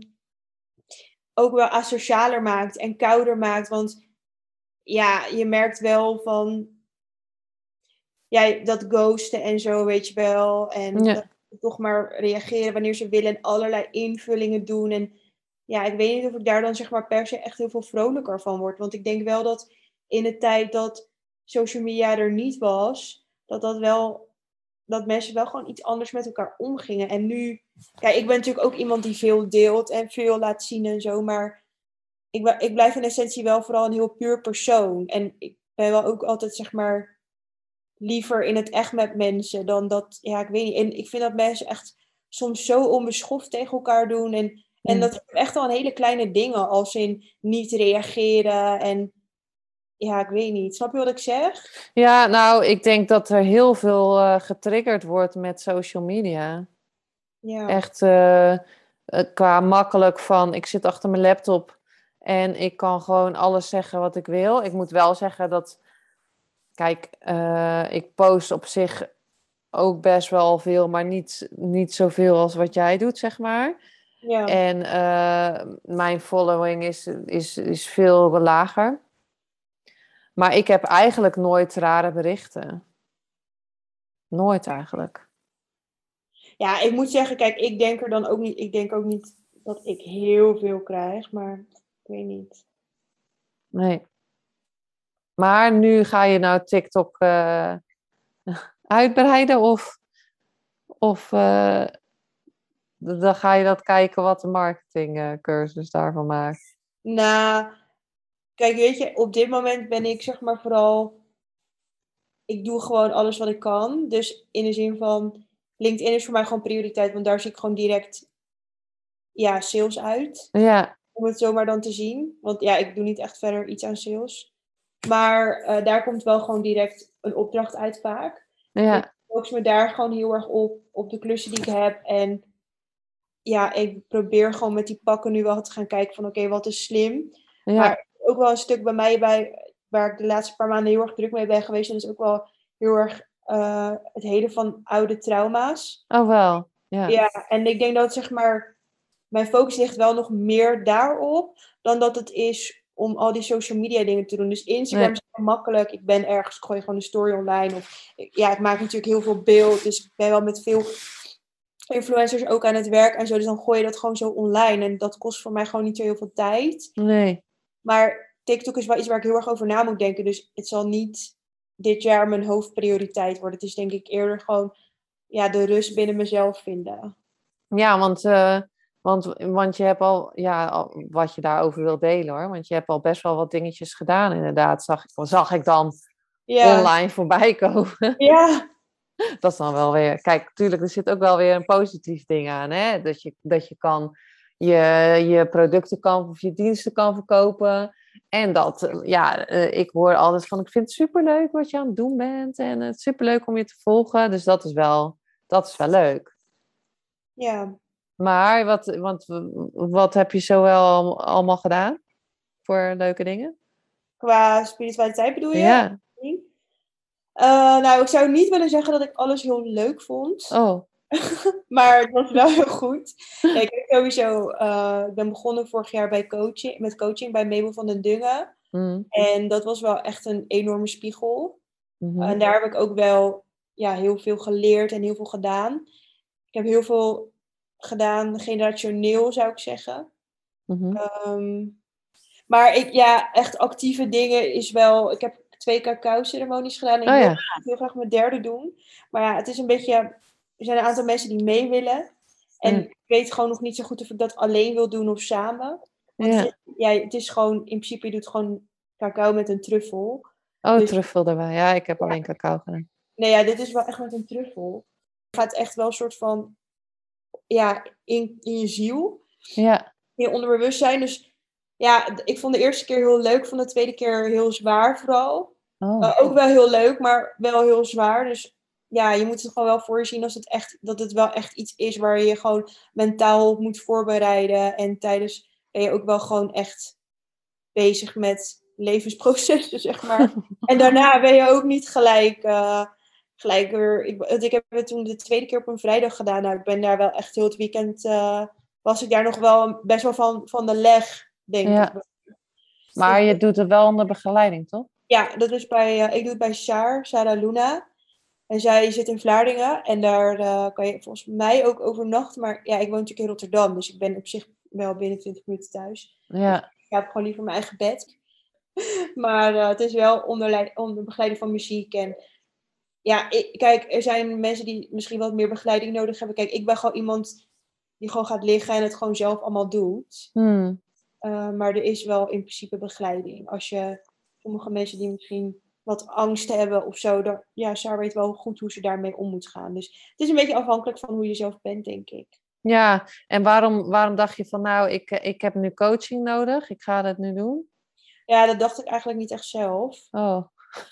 ook wel asocialer maakt en kouder maakt. Want ja, je merkt wel van, ja, dat ghosten en zo, weet je wel. En ja. dat ze toch maar reageren wanneer ze willen en allerlei invullingen doen. En ja, ik weet niet of ik daar dan, zeg maar, per se echt heel veel vrolijker van word. Want ik denk wel dat in de tijd dat social media er niet was, dat dat wel, dat mensen wel gewoon iets anders met elkaar omgingen. En nu, kijk, ik ben natuurlijk ook iemand die veel deelt en veel laat zien en zo, maar ik, ik blijf in essentie wel vooral een heel puur persoon. En ik ben wel ook altijd, zeg maar, liever in het echt met mensen dan dat, ja, ik weet niet. En ik vind dat mensen echt soms zo onbeschoft tegen elkaar doen. En, en dat zijn echt al hele kleine dingen, als in niet reageren en ja, ik weet niet. Snap je wat ik zeg? Ja, nou, ik denk dat er heel veel uh, getriggerd wordt met social media. Ja. Echt uh, qua makkelijk van, ik zit achter mijn laptop en ik kan gewoon alles zeggen wat ik wil. Ik moet wel zeggen dat, kijk, uh, ik post op zich ook best wel veel, maar niet, niet zoveel als wat jij doet, zeg maar. Ja. En uh, mijn following is, is, is veel lager. Maar ik heb eigenlijk nooit rare berichten. Nooit eigenlijk. Ja, ik moet zeggen, kijk, ik denk er dan ook niet, ik denk ook niet dat ik heel veel krijg, maar ik weet niet. Nee. Maar nu ga je nou TikTok uh, uitbreiden of, of uh, dan ga je dat kijken wat de marketingcursus daarvan maakt? Nou, kijk, weet je, op dit moment ben ik zeg maar vooral, ik doe gewoon alles wat ik kan. Dus in de zin van, LinkedIn is voor mij gewoon prioriteit, want daar zie ik gewoon direct, ja, sales uit. Ja. Om het zomaar dan te zien. Want ja, ik doe niet echt verder iets aan sales. Maar uh, daar komt wel gewoon direct een opdracht uit vaak. Ja. Dus ik focus me daar gewoon heel erg op. Op de klussen die ik heb. En ja, ik probeer gewoon met die pakken nu wel te gaan kijken van oké, okay, wat is slim. Ja. Maar ook wel een stuk bij mij bij, waar ik de laatste paar maanden heel erg druk mee ben geweest. En dat is ook wel heel erg uh, het heden van oude trauma's. Oh wel, ja. Ja, en ik denk dat zeg maar, mijn focus ligt wel nog meer daarop dan dat het is om al die social media dingen te doen. Dus Instagram nee. is heel makkelijk. Ik ben ergens, ik gooi gewoon een story online. Of, ja, ik maak natuurlijk heel veel beeld. Dus ik ben wel met veel influencers ook aan het werk en zo. Dus dan gooi je dat gewoon zo online. En dat kost voor mij gewoon niet zo heel veel tijd. Nee. Maar TikTok is wel iets waar ik heel erg over na moet denken. Dus het zal niet dit jaar mijn hoofdprioriteit worden. Het is denk ik eerder gewoon ja, de rust binnen mezelf vinden. Ja, want, uh, want, want je hebt al, ja, al, wat je daarover wil delen hoor. Want je hebt al best wel wat dingetjes gedaan inderdaad. Zag, zag ik dan ja. online voorbij komen. Ja. Dat is dan wel weer, kijk, natuurlijk, er zit ook wel weer een positief ding aan. Hè? Dat je, dat je kan, je, je producten kan of je diensten kan verkopen. En dat, ja, ik hoor altijd van, ik vind het superleuk wat je aan het doen bent. En het is superleuk om je te volgen. Dus dat is wel, dat is wel leuk. Ja. Maar wat, want, wat heb je zo wel allemaal gedaan voor leuke dingen? Qua spiritualiteit bedoel je? Ja. Uh, nou, ik zou niet willen zeggen dat ik alles heel leuk vond. Oh. Maar het was wel heel goed. Ja, ik heb sowieso, uh, ik ben begonnen vorig jaar bij coaching, met coaching bij Mabel van den Dungen. Mm. En dat was wel echt een enorme spiegel. Mm-hmm. En daar heb ik ook wel ja, heel veel geleerd en heel veel gedaan. Ik heb heel veel gedaan, generationeel zou ik zeggen. Mm-hmm. Um, maar ik, ja, echt actieve dingen is wel... Ik heb twee cacao-ceremonies gedaan. En ik oh, wil ja. heel graag mijn derde doen. Maar ja, het is een beetje... Er zijn een aantal mensen die mee willen. En mm. ik weet gewoon nog niet zo goed of ik dat alleen wil doen of samen. Want ja. Het, is, ja, het is gewoon... In principe, je doet gewoon cacao met een truffel. Oh, dus, truffel erbij. Ja, ik heb ja. alleen cacao gedaan. Nee, ja, dit is wel echt met een truffel. Het gaat echt wel een soort van... Ja, in, in je ziel. Ja. In je onderbewustzijn. Dus... Ja, ik vond de eerste keer heel leuk. Ik vond de tweede keer heel zwaar vooral. Oh. Uh, ook wel heel leuk, maar wel heel zwaar. Dus ja, je moet het gewoon wel voor je zien als het echt, dat het wel echt iets is waar je je gewoon mentaal op moet voorbereiden. En tijdens ben je ook wel gewoon echt bezig met levensprocessen, zeg maar. En daarna ben je ook niet gelijk, uh, gelijk weer... Ik, ik heb het toen de tweede keer op een vrijdag gedaan. Nou, ik ben daar wel echt heel het weekend... Uh, was ik daar nog wel best wel van, van de leg... Denk ja. ik. Maar je doet het wel onder begeleiding, toch? Ja, dat is bij, uh, ik doe het bij Saar, Sarah Luna. En zij zit in Vlaardingen. En daar uh, kan je volgens mij ook overnachten. Maar ja, ik woon natuurlijk in Rotterdam. Dus ik ben op zich wel binnen twintig minuten thuis. Ja. Dus ik heb gewoon liever mijn eigen bed. Maar uh, het is wel onder, onder begeleiding van muziek. En ja, ik, kijk, er zijn mensen die misschien wat meer begeleiding nodig hebben. Kijk, ik ben gewoon iemand die gewoon gaat liggen en het gewoon zelf allemaal doet. Hmm. Uh, maar er is wel in principe begeleiding. Als je sommige mensen die misschien wat angst hebben of zo, dan, ja, Saar weet wel goed hoe ze daarmee om moet gaan. Dus het is een beetje afhankelijk van hoe je zelf bent, denk ik. Ja, en waarom, waarom dacht je van nou, ik, ik heb nu coaching nodig, ik ga dat nu doen? Ja, dat dacht ik eigenlijk niet echt zelf. Oh.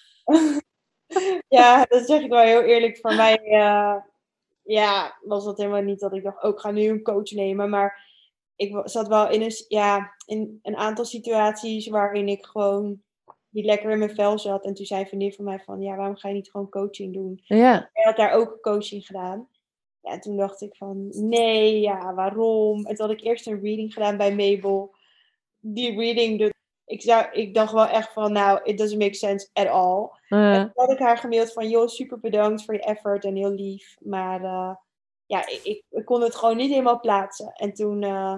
Ja, dat zeg ik wel heel eerlijk. Voor mij uh, ja, was dat helemaal niet dat ik dacht, ook oh, ga nu een coach nemen. Maar ik zat wel in een, ja, in een aantal situaties waarin ik gewoon niet lekker in mijn vel zat. En toen zei een vriendin van mij van, ja, waarom ga je niet gewoon coaching doen? Ja. Hij had daar ook coaching gedaan. Ja, en toen dacht ik van, nee, ja, waarom? En toen had ik eerst een reading gedaan bij Mabel. Die reading, dus ik, zou, ik dacht wel echt van, nou, it doesn't make sense at all. Uh, En toen had ik haar gemaild van, joh, super bedankt voor je effort en heel lief. Maar uh, ja, ik, ik, ik kon het gewoon niet helemaal plaatsen. En toen, uh,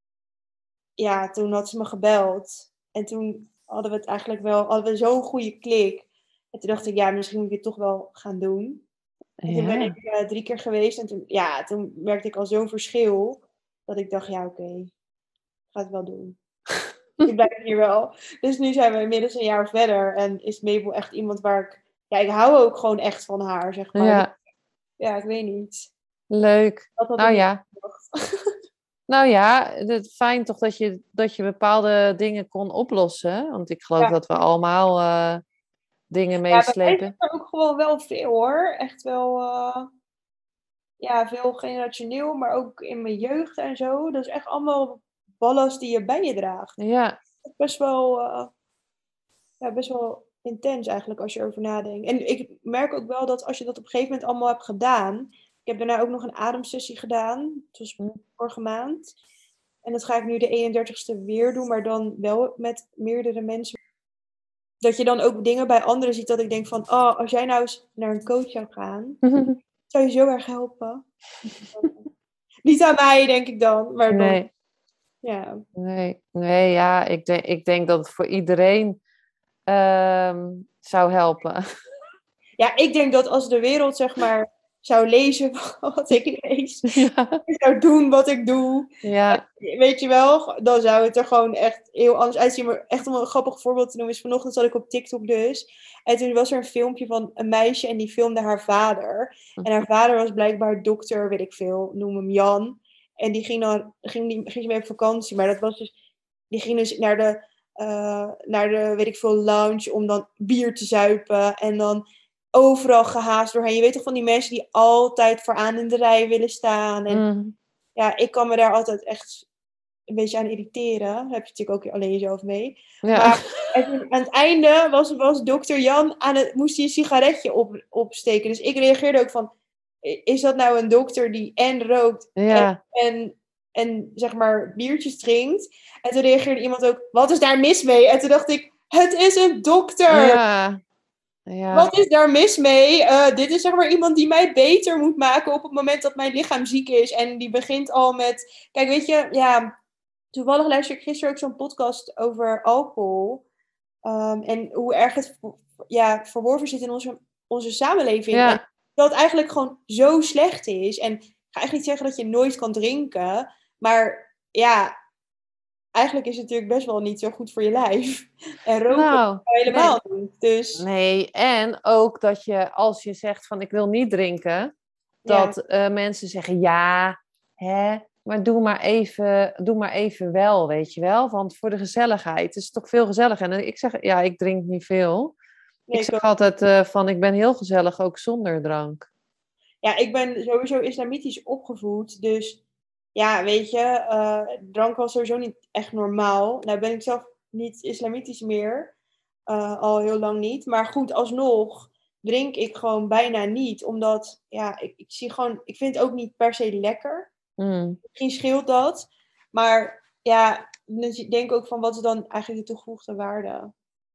ja, toen had ze me gebeld. En toen hadden we het eigenlijk wel, hadden we zo'n goede klik. En toen dacht ik, ja, misschien moet ik het toch wel gaan doen. En toen ben ja. ik uh, drie keer geweest. En toen, ja, toen merkte ik al zo'n verschil. Dat ik dacht, ja, oké, okay, ik ga het wel doen. Ik blijf hier wel. Dus nu zijn we inmiddels een jaar verder. En is Mabel echt iemand waar ik... Ja, ik hou ook gewoon echt van haar, zeg maar. Ja. Ja, ik weet niet. Leuk. Dat had Nou ik ja. niet gedacht. Nou ja, het fijn toch dat je, dat je bepaalde dingen kon oplossen. Want ik geloof Ja. dat we allemaal uh, dingen meeslepen. Ja, bij mij is er ook gewoon wel veel hoor. Echt wel... Uh, ja, veel generationeel, maar ook in mijn jeugd en zo. Dat is echt allemaal ballast die je bij je draagt. Ja. Best wel... Uh, ja, best wel intens eigenlijk als je erover nadenkt. En ik merk ook wel dat als je dat op een gegeven moment allemaal hebt gedaan. Ik heb daarna ook nog een ademsessie gedaan. Dat was vorige maand. En dat ga ik nu de eenendertigste weer doen, maar dan wel met meerdere mensen. Dat je dan ook dingen bij anderen ziet dat ik denk van, oh, als jij nou eens naar een coach zou gaan, zou je zo erg helpen. Niet aan mij, denk ik dan. Maar nee. Dan, ja. Nee, nee, ja, ik denk, ik denk dat het voor iedereen um, zou helpen. Ja, ik denk dat als de wereld, zeg maar, zou lezen wat ik lees, ja. zou doen wat ik doe, ja. weet je wel, dan zou het er gewoon echt heel anders uitzien. Maar echt om een grappig voorbeeld te noemen is, vanochtend zat ik op TikTok dus. En toen was er een filmpje van een meisje en die filmde haar vader. En haar vader was blijkbaar dokter, weet ik veel, noem hem Jan. En die ging dan ging die, ging mee op vakantie, maar dat was dus, die ging dus naar de, uh, naar de, weet ik veel, lounge om dan bier te zuipen en dan overal gehaast doorheen. Je weet toch van die mensen die altijd vooraan in de rij willen staan. En mm. ja, ik kan me daar altijd echt een beetje aan irriteren. Daar heb je natuurlijk ook alleen jezelf mee. Ja. Maar en aan het einde was, was dokter Jan aan het, moest hij een sigaretje op, opsteken. Dus ik reageerde ook van, is dat nou een dokter die en rookt ja. en, en, en zeg maar biertjes drinkt? En toen reageerde iemand ook, wat is daar mis mee? En toen dacht ik, het is een dokter! Ja. Ja. Wat is daar mis mee? Uh, dit is zeg maar iemand die mij beter moet maken op het moment dat mijn lichaam ziek is. En die begint al met... Kijk, weet je, ja... Toevallig luister ik gisteren ook zo'n podcast over alcohol. Um, en hoe erg het ja, verworven zit in onze, onze samenleving. Ja. En dat het eigenlijk gewoon zo slecht is. En ik ga echt niet zeggen dat je nooit kan drinken. Maar ja... Eigenlijk is het natuurlijk best wel niet zo goed voor je lijf. En roken nou, helemaal nee. niet. Dus... Nee, en ook dat je als je zegt van ik wil niet drinken, dat ja. uh, mensen zeggen ja, hè, maar doe maar, even, doe maar even wel, weet je wel. Want voor de gezelligheid is het toch veel gezelliger. En ik zeg, ja, ik drink niet veel. Nee, ik zeg ik altijd uh, van ik ben heel gezellig, ook zonder drank. Ja, ik ben sowieso islamitisch opgevoed, dus... Ja, weet je, uh, drank was sowieso niet echt normaal. Nou ben ik zelf niet islamitisch meer. Uh, al heel lang niet. Maar goed, alsnog drink ik gewoon bijna niet. Omdat, ja, ik, ik zie gewoon... Ik vind het ook niet per se lekker. Mm. Misschien scheelt dat. Maar ja, ik denk ook van wat is dan eigenlijk de toegevoegde waarde?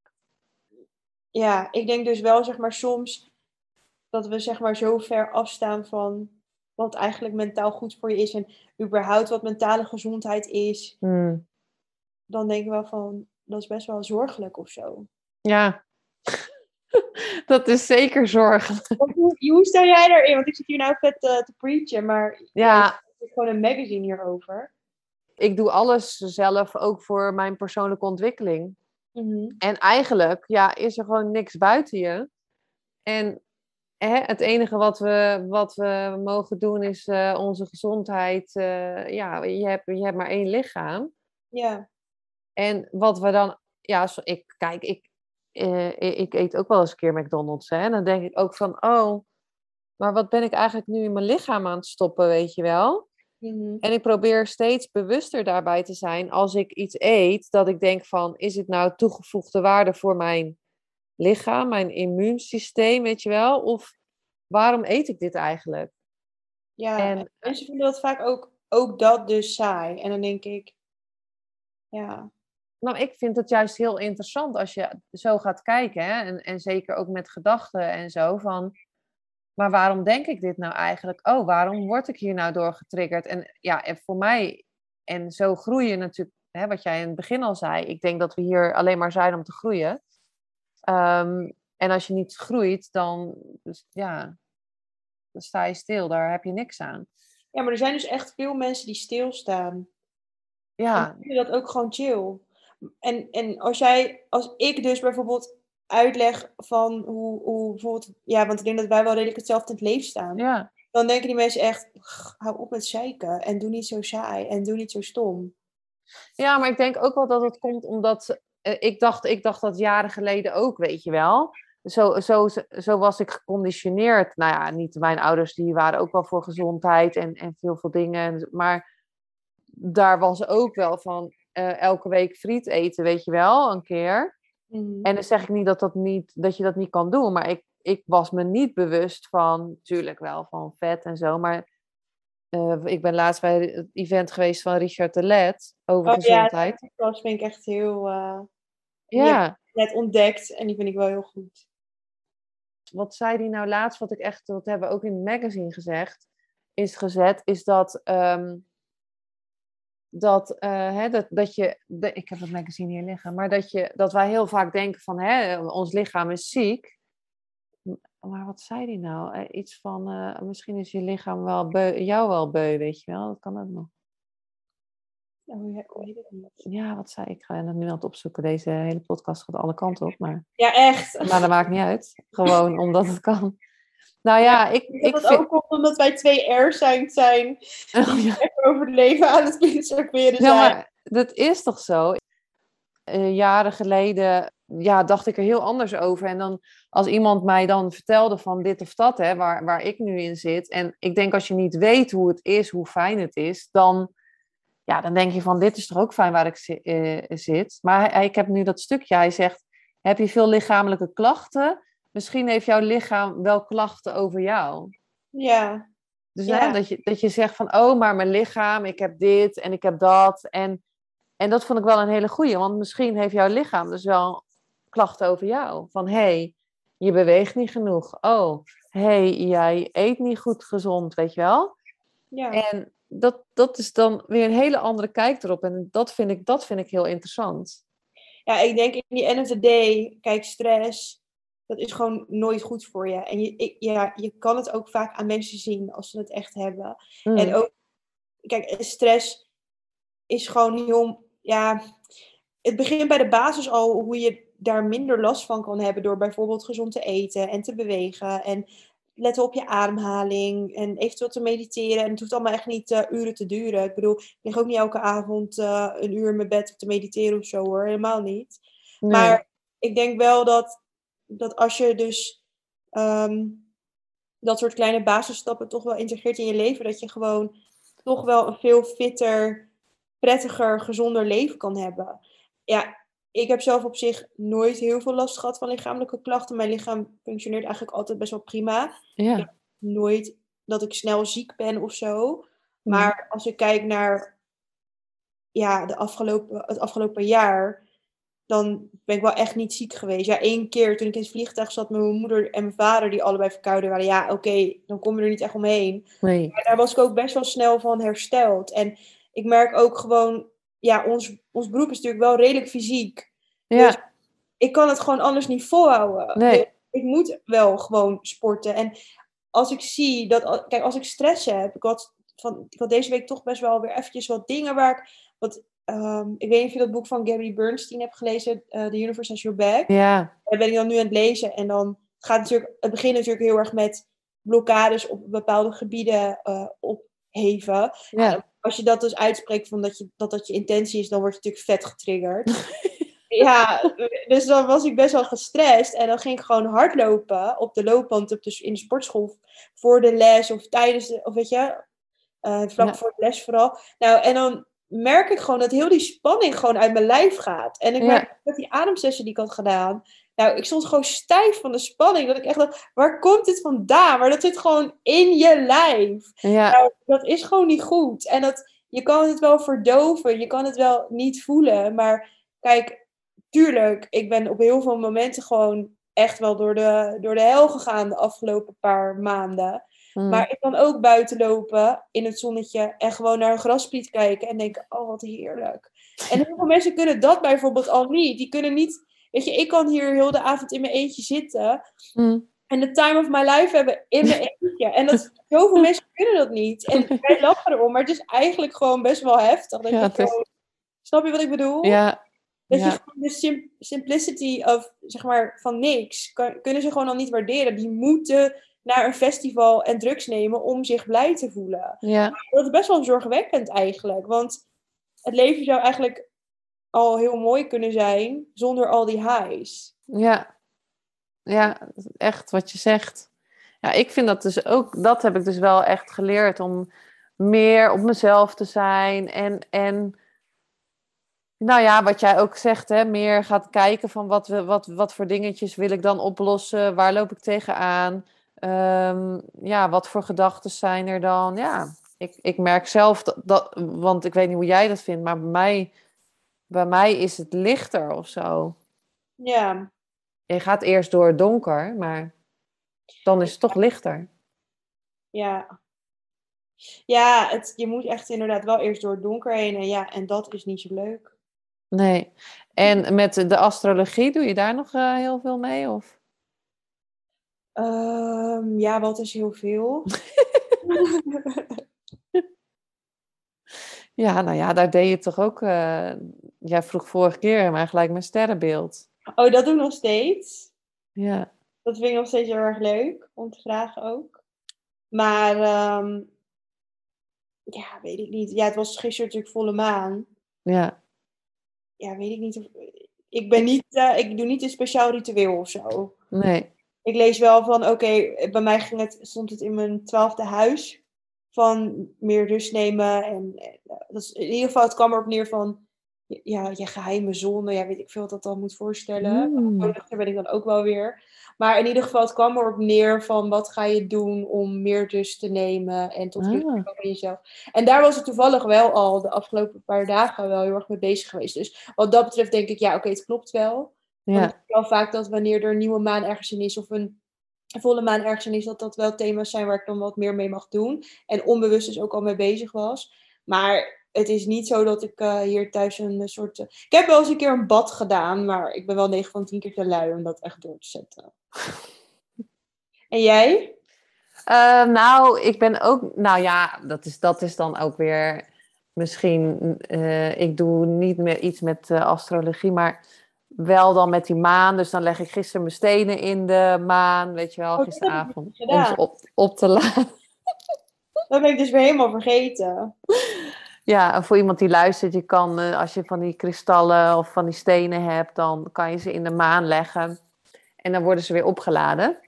Ja, ik denk dus wel, zeg maar, soms... Dat we, zeg maar, zo ver afstaan van... wat eigenlijk mentaal goed voor je is. En überhaupt wat mentale gezondheid is. Mm. Dan denk ik wel van, dat is best wel zorgelijk of zo. Ja, dat is zeker zorgelijk. Hoe, hoe sta jij daarin? Want ik zit hier nou vet uh, te preachen, maar ja, ik heb gewoon een magazine hierover. Ik doe alles zelf, ook voor mijn persoonlijke ontwikkeling. Mm-hmm. En eigenlijk, ja, is er gewoon niks buiten je. En Hè, het enige wat we, wat we mogen doen is uh, onze gezondheid. Uh, ja, je hebt, je hebt maar één lichaam. Ja. En wat we dan... Ja, zo, ik, kijk, ik, uh, ik eet ook wel eens een keer McDonald's. Hè, en dan denk ik ook van... Oh, maar wat ben ik eigenlijk nu in mijn lichaam aan het stoppen, weet je wel? Mhm. En ik probeer steeds bewuster daarbij te zijn als ik iets eet, dat ik denk van, is het nou toegevoegde waarde voor mijn lichaam, mijn immuunsysteem, weet je wel? Of waarom eet ik dit eigenlijk? Ja, en En mensen vinden dat vaak ook, ook dat dus saai. En dan denk ik, ja, nou, ik vind het juist heel interessant als je zo gaat kijken, hè? En, en zeker ook met gedachten en zo, van, maar waarom denk ik dit nou eigenlijk? Oh, waarom word ik hier nou door getriggerd? En ja, en voor mij, en zo groei je natuurlijk, hè, wat jij in het begin al zei, ik denk dat we hier alleen maar zijn om te groeien. Ehm, en als je niet groeit, dan, dus, ja, dan sta je stil, daar heb je niks aan. ja, maar er zijn dus echt veel mensen die stilstaan. En Ja, ik vind dat ook gewoon chill. En, en als jij, als ik dus bijvoorbeeld uitleg van hoe, hoe bijvoorbeeld, ja, want ik denk dat wij wel redelijk hetzelfde in het leven staan. ja. Dan denken die mensen echt, "Ugh, hou op met zeiken en doe niet zo saai en doe niet zo stom." Ja, maar ik denk ook wel dat het komt omdat eh, ik dacht, ik dacht dat jaren geleden ook, weet je wel. Zo, zo, zo was ik geconditioneerd. Nou ja, niet mijn ouders, die waren ook wel voor gezondheid en, en veel veel dingen. Maar daar was ook wel van eh, elke week friet eten, weet je wel, een keer. Mhm. En dan zeg ik niet dat, dat, niet, dat je dat niet kan doen, maar ik, ik was me niet bewust van, natuurlijk wel, van vet en zo, maar eh, ik ben laatst bij het event geweest van Richard de Let over Oh ja, gezondheid. dat vind ik echt heel, eh, die heb ik Ja, net ontdekt en die vind ik wel heel goed. wat zei die nou laatst, wat ik echt, dat hebben we ook in het magazine gezegd, is gezet, is dat, ehm, dat, eh, hè, dat, dat je, de, ik heb het magazine hier liggen, maar dat, je, dat wij heel vaak denken van, hè, ons lichaam is ziek. Maar wat zei die nou? Eh, iets van, eh, misschien is je lichaam wel beu, jou wel beu, weet je wel? Dat kan ook nog. Oh, ja, ik weet het niet. Ja, wat zei ik? Ik ga het nu aan het opzoeken. Deze hele podcast gaat alle kanten op, maar, Ja, echt. maar dat maakt niet uit. Gewoon omdat het kan. Nou Ja, ja, ik, ik denk ik dat dat vind... ook komt omdat wij twee airs zijn, zijn Oh, die ja. echt over het leven aan het filosoferen Ja, zijn. maar dat is toch zo? Uh, jaren geleden ja, dacht ik er heel anders over. En dan als iemand mij dan vertelde van dit of dat, hè, waar, waar ik nu in zit. En ik denk als je niet weet hoe het is, hoe fijn het is, dan, ja, dan denk je van dit is toch ook fijn waar ik zi- uh, zit. Maar hij, ik heb nu dat stukje, hij zegt, heb je veel lichamelijke klachten? Misschien heeft jouw lichaam wel klachten over jou. Ja, Dus hè, ja, dat, je, dat je zegt van, oh, maar mijn lichaam, ik heb dit en ik heb dat. En, en dat vond ik wel een hele goeie, want misschien heeft jouw lichaam dus wel klachten over jou. Van, hé, hey, je beweegt niet genoeg. Oh, hé, hey, jij eet niet goed gezond, weet je wel? ja. En dat, dat is dan weer een hele andere kijk erop. En dat vind ik, dat vind ik heel interessant. Ja, ik denk in the end of the day, kijk, stress, dat is gewoon nooit goed voor je. En je, ik, ja, je kan het ook vaak aan mensen zien als ze het echt hebben. En Mm. ook, kijk, stress is gewoon heel, ja, het begint bij de basis al hoe je daar minder last van kan hebben door bijvoorbeeld gezond te eten en te bewegen en letten op je ademhaling en eventueel te mediteren. En het hoeft allemaal echt niet uh, uren te duren. Ik bedoel, ik lig ook niet elke avond uh, een uur in mijn bed te mediteren of zo hoor, helemaal niet. Nee. Maar ik denk wel dat, dat als je dus um, dat soort kleine basisstappen toch wel integreert in je leven, dat je gewoon toch wel een veel fitter, prettiger, gezonder leven kan hebben. Ja, ik heb zelf op zich nooit heel veel last gehad van lichamelijke klachten. Mijn lichaam functioneert eigenlijk altijd best wel prima. Ja. Ik heb nooit dat ik snel ziek ben of zo. Mm. Maar als ik kijk naar ja, de afgelopen, het afgelopen jaar, dan ben ik wel echt niet ziek geweest. Ja, één keer toen ik in het vliegtuig zat met mijn moeder en mijn vader, die allebei verkouden waren. Ja, oké, okay, dan kom je er niet echt omheen. Nee. Maar daar was ik ook best wel snel van hersteld. En ik merk ook gewoon, ja, ons, ons beroep is natuurlijk wel redelijk fysiek. Ja. Dus ik kan het gewoon anders niet volhouden. Nee. Dus ik moet wel gewoon sporten. En als ik zie dat, kijk, als ik stress heb, ik had, van, ik had deze week toch best wel weer eventjes wat dingen waar ik, wat, um, ik weet niet of je dat boek van Gabby Bernstein hebt gelezen, uh, The Universe Has Your Back. Ja. Daar ben ik dan nu aan het lezen. En dan gaat het natuurlijk, het begint natuurlijk heel erg met blokkades op bepaalde gebieden uh, opheven. Ja. Ja, dan, als je dat dus uitspreekt van dat, je, dat dat je intentie is, dan word je natuurlijk vet getriggerd. Ja, dus dan was ik best wel gestrest. En dan ging ik gewoon hardlopen op de loopband op de, in de sportschool voor de les of tijdens de, of weet je. Uh, vlak Ja. voor de les vooral. Nou, en dan merk ik gewoon dat heel die spanning gewoon uit mijn lijf gaat. En ik merk Ja. met die ademsessie die ik had gedaan. Nou, ik stond gewoon stijf van de spanning. Dat ik echt dacht, waar komt dit vandaan? Maar dat zit gewoon in je lijf. Ja. Nou, dat is gewoon niet goed. En dat, je kan het wel verdoven. Je kan het wel niet voelen. Maar kijk, tuurlijk, ik ben op heel veel momenten gewoon echt wel door de, door de hel gegaan de afgelopen paar maanden. Mm. Maar ik kan ook buiten lopen in het zonnetje en gewoon naar een graspriet kijken en denken, oh wat heerlijk. En heel veel mensen kunnen dat bijvoorbeeld al niet. Die kunnen niet, weet je, ik kan hier heel de avond in mijn eentje zitten Mm. en de time of my life hebben in mijn eentje. En dat, zoveel mensen kunnen dat niet. En wij lachen erom, maar het is eigenlijk gewoon best wel heftig. Dat Ja, je het is... gewoon, snap je wat ik bedoel? Ja. Dat Ja. je gewoon de sim- simplicity of, zeg maar, van niks, kan, kunnen ze gewoon al niet waarderen. Die moeten naar een festival en drugs nemen om zich blij te voelen. Ja. Dat is best wel zorgwekkend eigenlijk. Want het leven zou eigenlijk al heel mooi kunnen zijn zonder al die highs. Ja. Ja, echt wat je zegt. Ja, ik vind dat dus ook, dat heb ik dus wel echt geleerd om meer op mezelf te zijn en, en nou ja, wat jij ook zegt, hè, meer gaat kijken van wat, we, wat, wat voor dingetjes wil ik dan oplossen, waar loop ik tegenaan, um, ja, wat voor gedachten zijn er dan, ja, ik, ik merk zelf dat, dat, want ik weet niet hoe jij dat vindt, maar bij mij, bij mij is het lichter of zo. Ja. Je gaat eerst door het donker, maar dan is het toch lichter. Ja. Ja, het, je moet echt inderdaad wel eerst door het donker heen. En ja, en dat is niet zo leuk. Nee. En met de astrologie, doe je daar nog uh, heel veel mee? Of? Um, ja, wat is heel veel? Ja, nou ja, daar deed je toch ook... Uh, jij vroeg vorige keer maar gelijk mijn sterrenbeeld. Oh, dat doe ik nog steeds. Ja. Dat vind ik nog steeds heel erg leuk om te vragen ook. Maar, um, ja, weet ik niet. Ja, het was gisteren natuurlijk volle maan. Ja. Ja, weet ik niet of... Ik ben niet... Uh, ik doe niet een speciaal ritueel of zo. Nee. Ik lees wel van, oké, okay, bij mij ging het, stond het in mijn twaalfde huis. Van meer rust nemen. En uh, dat is, in ieder geval, het kwam erop neer van... Ja, je geheime zone. Ja, weet ik veel wat dat dan moet voorstellen. Mm. Daar ben ik dan ook wel weer. Maar in ieder geval, het kwam erop neer van... Wat ga je doen om meer rust te nemen? En tot rust te komen in jezelf. En daar was ik toevallig wel al de afgelopen paar dagen wel heel erg mee bezig geweest. Dus wat dat betreft denk ik, ja, oké, okay, het klopt wel. Ja. Want het is wel vaak dat wanneer er een nieuwe maan ergens in is... Of een volle maan ergens in is... Dat dat wel thema's zijn waar ik dan wat meer mee mag doen. En onbewust dus ook al mee bezig was. Maar... Het is niet zo dat ik uh, hier thuis een soort... Uh... Ik heb wel eens een keer een bad gedaan, maar ik ben wel negen van tien keer te lui om dat echt door te zetten. En jij? Uh, nou, ik ben ook... Nou ja, dat is, dat is dan ook weer... Misschien... Uh, ik doe niet meer iets met uh, astrologie, maar wel dan met die maan. Dus dan leg ik gisteren mijn stenen in de maan, weet je wel, oh, gisteravond. Om ze op, op te laden. Dat ben ik dus weer helemaal vergeten. Ja, en voor iemand die luistert, je kan, als je van die kristallen of van die stenen hebt, dan kan je ze in de maan leggen. En dan worden ze weer opgeladen.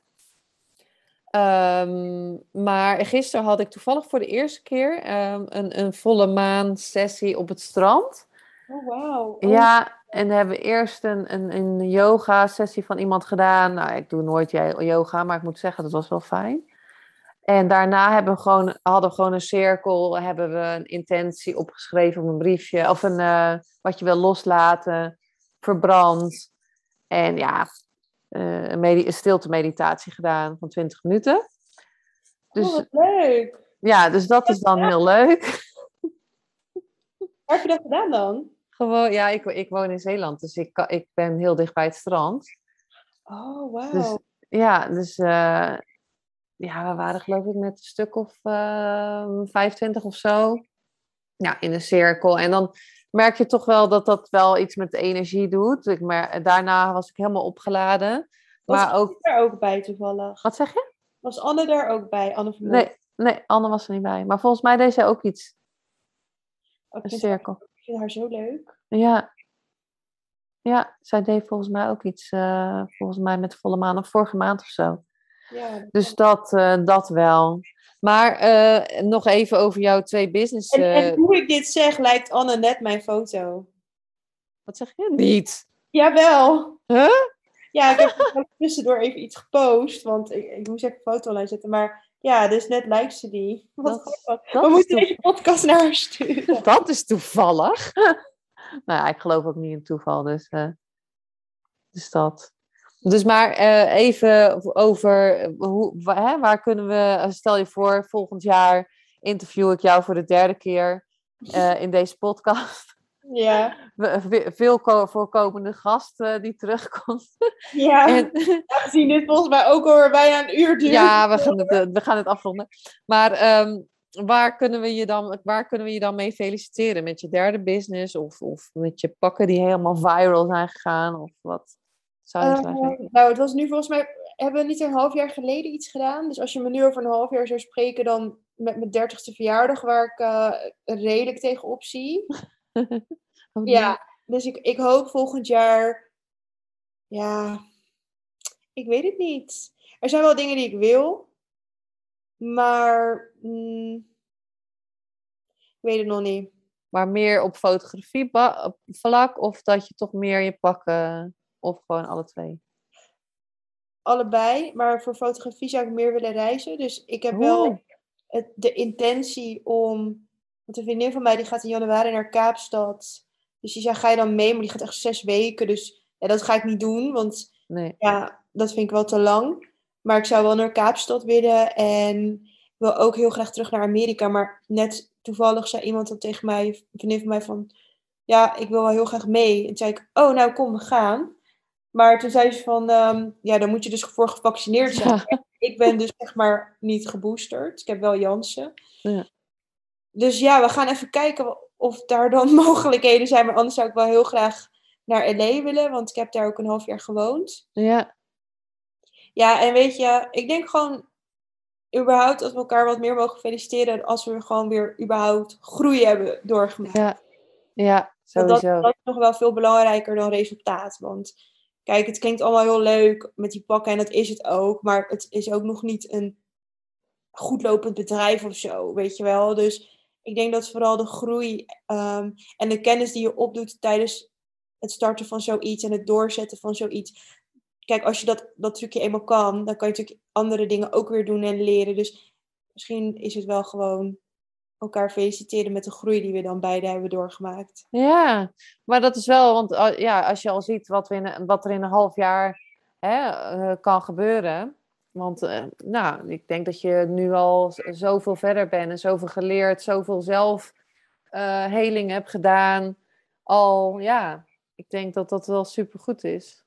Um, maar gisteren had ik toevallig voor de eerste keer um, een, een volle maan sessie op het strand. Oh, wauw. Oh. Ja, en dan hebben we eerst een, een, een yoga sessie van iemand gedaan. Nou, ik doe nooit yoga, maar ik moet zeggen, dat was wel fijn. En daarna hebben we gewoon, hadden we gewoon een cirkel, hebben we een intentie opgeschreven op een briefje. Of een, uh, wat je wil loslaten, verbrand. En ja, uh, een, medi- een stilte meditatie gedaan van twintig minuten. Dus, oh, wat leuk. Ja, dus dat is dan heel leuk. Waar heb je dat gedaan dan? Gewoon, ja, ik, ik woon in Zeeland, dus ik, ik ben heel dicht bij het strand. Oh, wauw. Dus, ja, dus... Uh, Ja, we waren geloof ik met een stuk of uh, vijfentwintig of zo. Ja, in een cirkel. En dan merk je toch wel dat dat wel iets met de energie doet. Ik mer- Daarna was ik helemaal opgeladen. Was maar Anne ook... daar ook bij toevallig? Wat zeg je? Was Anne daar ook bij? Anne van nee, nee, Anne was er niet bij. Maar volgens mij deed zij ook iets. Oh, een cirkel. Haar, ik vind haar zo leuk. Ja. Ja, zij deed volgens mij ook iets. Uh, volgens mij met volle maan of vorige maand of zo. Ja, dat dus dat, uh, dat wel. Maar uh, nog even over jouw twee business... Uh... En, en hoe ik dit zeg, lijkt Anne net mijn foto. Wat zeg je? Niet. Jawel. Huh? Ja, ik heb tussendoor even iets gepost, want ik, ik moest even een foto online zetten. Maar ja, dus net lijkt ze die. Wat dat, dat We moeten deze podcast naar haar sturen. Dat is toevallig. Nou ja, ik geloof ook niet in toeval, dus, uh, dus dat. Dus maar uh, even over, hoe, hè, waar kunnen we, stel je voor, volgend jaar interview ik jou voor de derde keer uh, in deze podcast. Ja. Veel voorkomende gast uh, die terugkomt. Ja, en, ja, we zien dit volgens mij ook al bijna een uur duren. Ja, we gaan het, we gaan het afronden. Maar um, waar, kunnen we je dan, waar kunnen we je dan mee feliciteren? Met je derde business? Of, of met je pakken die helemaal viral zijn gegaan? Of wat zou je uh, zeggen? Nou, het was nu volgens mij... Hebben we niet een half jaar geleden iets gedaan? Dus als je me nu over een half jaar zou spreken... dan met mijn dertigste verjaardag... waar ik uh, redelijk tegenop zie... Oh, nee. Ja, dus ik, ik hoop volgend jaar... Ja, ik weet het niet. Er zijn wel dingen die ik wil. Maar... Mm, ik weet het nog niet. Maar meer op fotografie op vlak? Of dat je toch meer je pakken... Of gewoon alle twee? Allebei. Maar voor fotografie zou ik meer willen reizen. Dus ik heb Oeh. wel het, de intentie om... Want een vriendin van mij die gaat in januari naar Kaapstad... Dus die zei, ga je dan mee? Maar die gaat echt zes weken. Dus ja, dat ga ik niet doen. Want nee. ja, dat vind ik wel te lang. Maar ik zou wel naar Kaapstad willen. En ik wil ook heel graag terug naar Amerika. Maar net toevallig zei iemand dan tegen mij, een vriendin van mij van... Ja, ik wil wel heel graag mee. En toen zei ik, oh nou kom, we gaan. Maar toen zei ze van, um, ja, dan moet je dus voor gevaccineerd zijn. Ja. Ik ben dus zeg maar niet geboosterd. Ik heb wel Janssen. Ja. Dus ja, we gaan even kijken of daar dan mogelijkheden zijn. Maar anders zou ik wel heel graag naar L A willen. Want ik heb daar ook een half jaar gewoond. Ja. Ja, en weet je, ik denk gewoon... überhaupt dat we elkaar wat meer mogen feliciteren... als we gewoon weer überhaupt groei hebben doorgemaakt. Ja, ja sowieso. Dat, dat is nog wel veel belangrijker dan resultaat. Want kijk, het klinkt allemaal heel leuk met die pakken... en dat is het ook. Maar het is ook nog niet een goed lopend bedrijf of zo, weet je wel. Dus... Ik denk dat vooral de groei um, en de kennis die je opdoet tijdens het starten van zoiets en het doorzetten van zoiets. Kijk, als je dat, dat trucje eenmaal kan, dan kan je natuurlijk andere dingen ook weer doen en leren. Dus misschien is het wel gewoon elkaar feliciteren met de groei die we dan beide hebben doorgemaakt. Ja, maar dat is wel, want ja, als je al ziet wat, we in, wat er in een half jaar hè, uh, kan gebeuren... Want uh, nou, ik denk dat je nu al zoveel verder bent en zoveel geleerd, zoveel zelfheling uh, hebt gedaan. Al, ja, ik denk dat dat wel supergoed is.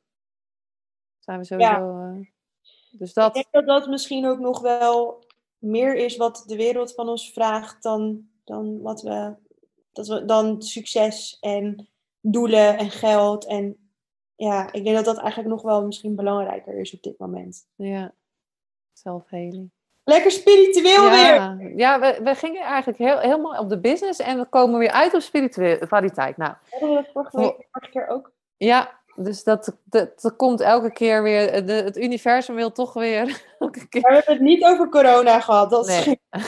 Zijn we sowieso... Ja. Uh, dus dat... Ik denk dat dat misschien ook nog wel meer is wat de wereld van ons vraagt dan, dan, wat we, dat we, dan succes en doelen en geld. En ja, ik denk dat dat eigenlijk nog wel misschien belangrijker is op dit moment. Ja. Zelfheling. Lekker spiritueel ja, weer. Ja, we, we gingen eigenlijk heel, helemaal op de business en we komen weer uit op spiritualiteit. Nou, hadden we dat vorige week vorige keer ook? Ja, dus dat, dat, dat komt elke keer weer. De, het universum wil toch weer elke keer. Maar we hebben het niet over corona gehad. Dat nee. is...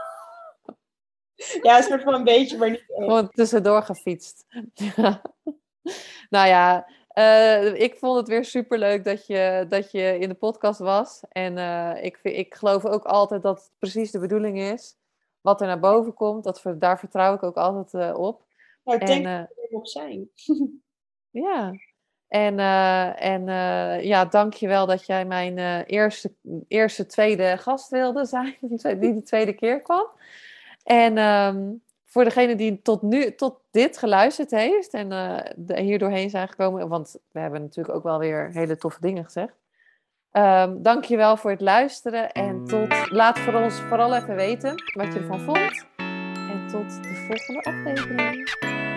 ja, een soort van een beetje, maar niet echt. Gewoon tussendoor gefietst. Ja. Nou ja. Uh, ik vond het weer superleuk dat je, dat je in de podcast was. En uh, ik, ik geloof ook altijd dat het precies de bedoeling is. Wat er naar boven komt, dat, daar vertrouw ik ook altijd uh, op. Nou, ik en, denk uh, dat we er nog zijn. ja. En, uh, en uh, ja, dank je wel dat jij mijn uh, eerste, eerste, tweede gast wilde zijn. Die de tweede keer kwam. En... Um, Voor degene die tot nu, tot dit geluisterd heeft en uh, de, hier doorheen zijn gekomen, want we hebben natuurlijk ook wel weer hele toffe dingen gezegd. Um, Dank je wel voor het luisteren en tot, laat voor ons vooral even weten wat je ervan vond. En tot de volgende aflevering.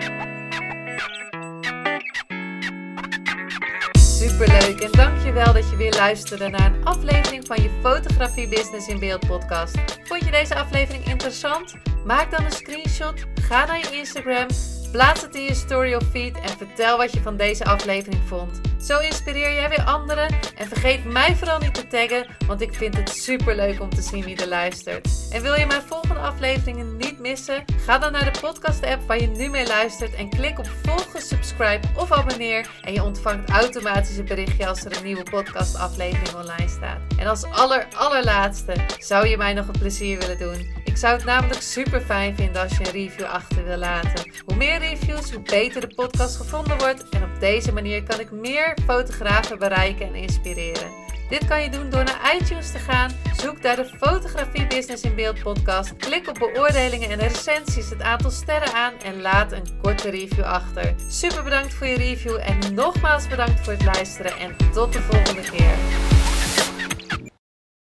Superleuk en dank je wel dat je weer luisterde naar een aflevering van je Fotografie Business in Beeld podcast. Vond je deze aflevering interessant? Maak dan een screenshot, ga naar je Instagram, plaats het in je story of feed en vertel wat je van deze aflevering vond. Zo inspireer jij weer anderen. En vergeet mij vooral niet te taggen, want ik vind het super leuk om te zien wie er luistert. En wil je mijn volgende afleveringen niet missen? Ga dan naar de podcast app waar je nu mee luistert en klik op volgen, subscribe of abonneer. En je ontvangt automatisch een berichtje als er een nieuwe podcast aflevering online staat. En als aller allerlaatste zou je mij nog een plezier willen doen. Ik zou het namelijk super fijn vinden als je een review achter wil laten. Hoe meer reviews, hoe beter de podcast gevonden wordt. En op deze manier kan ik meer fotografen bereiken en inspireren. Dit kan je doen door naar iTunes te gaan. Zoek daar de Fotografie Business in Beeld podcast. Klik op beoordelingen en recensies, het aantal sterren aan en laat een korte review achter. Super bedankt voor je review en nogmaals bedankt voor het luisteren en tot de volgende keer.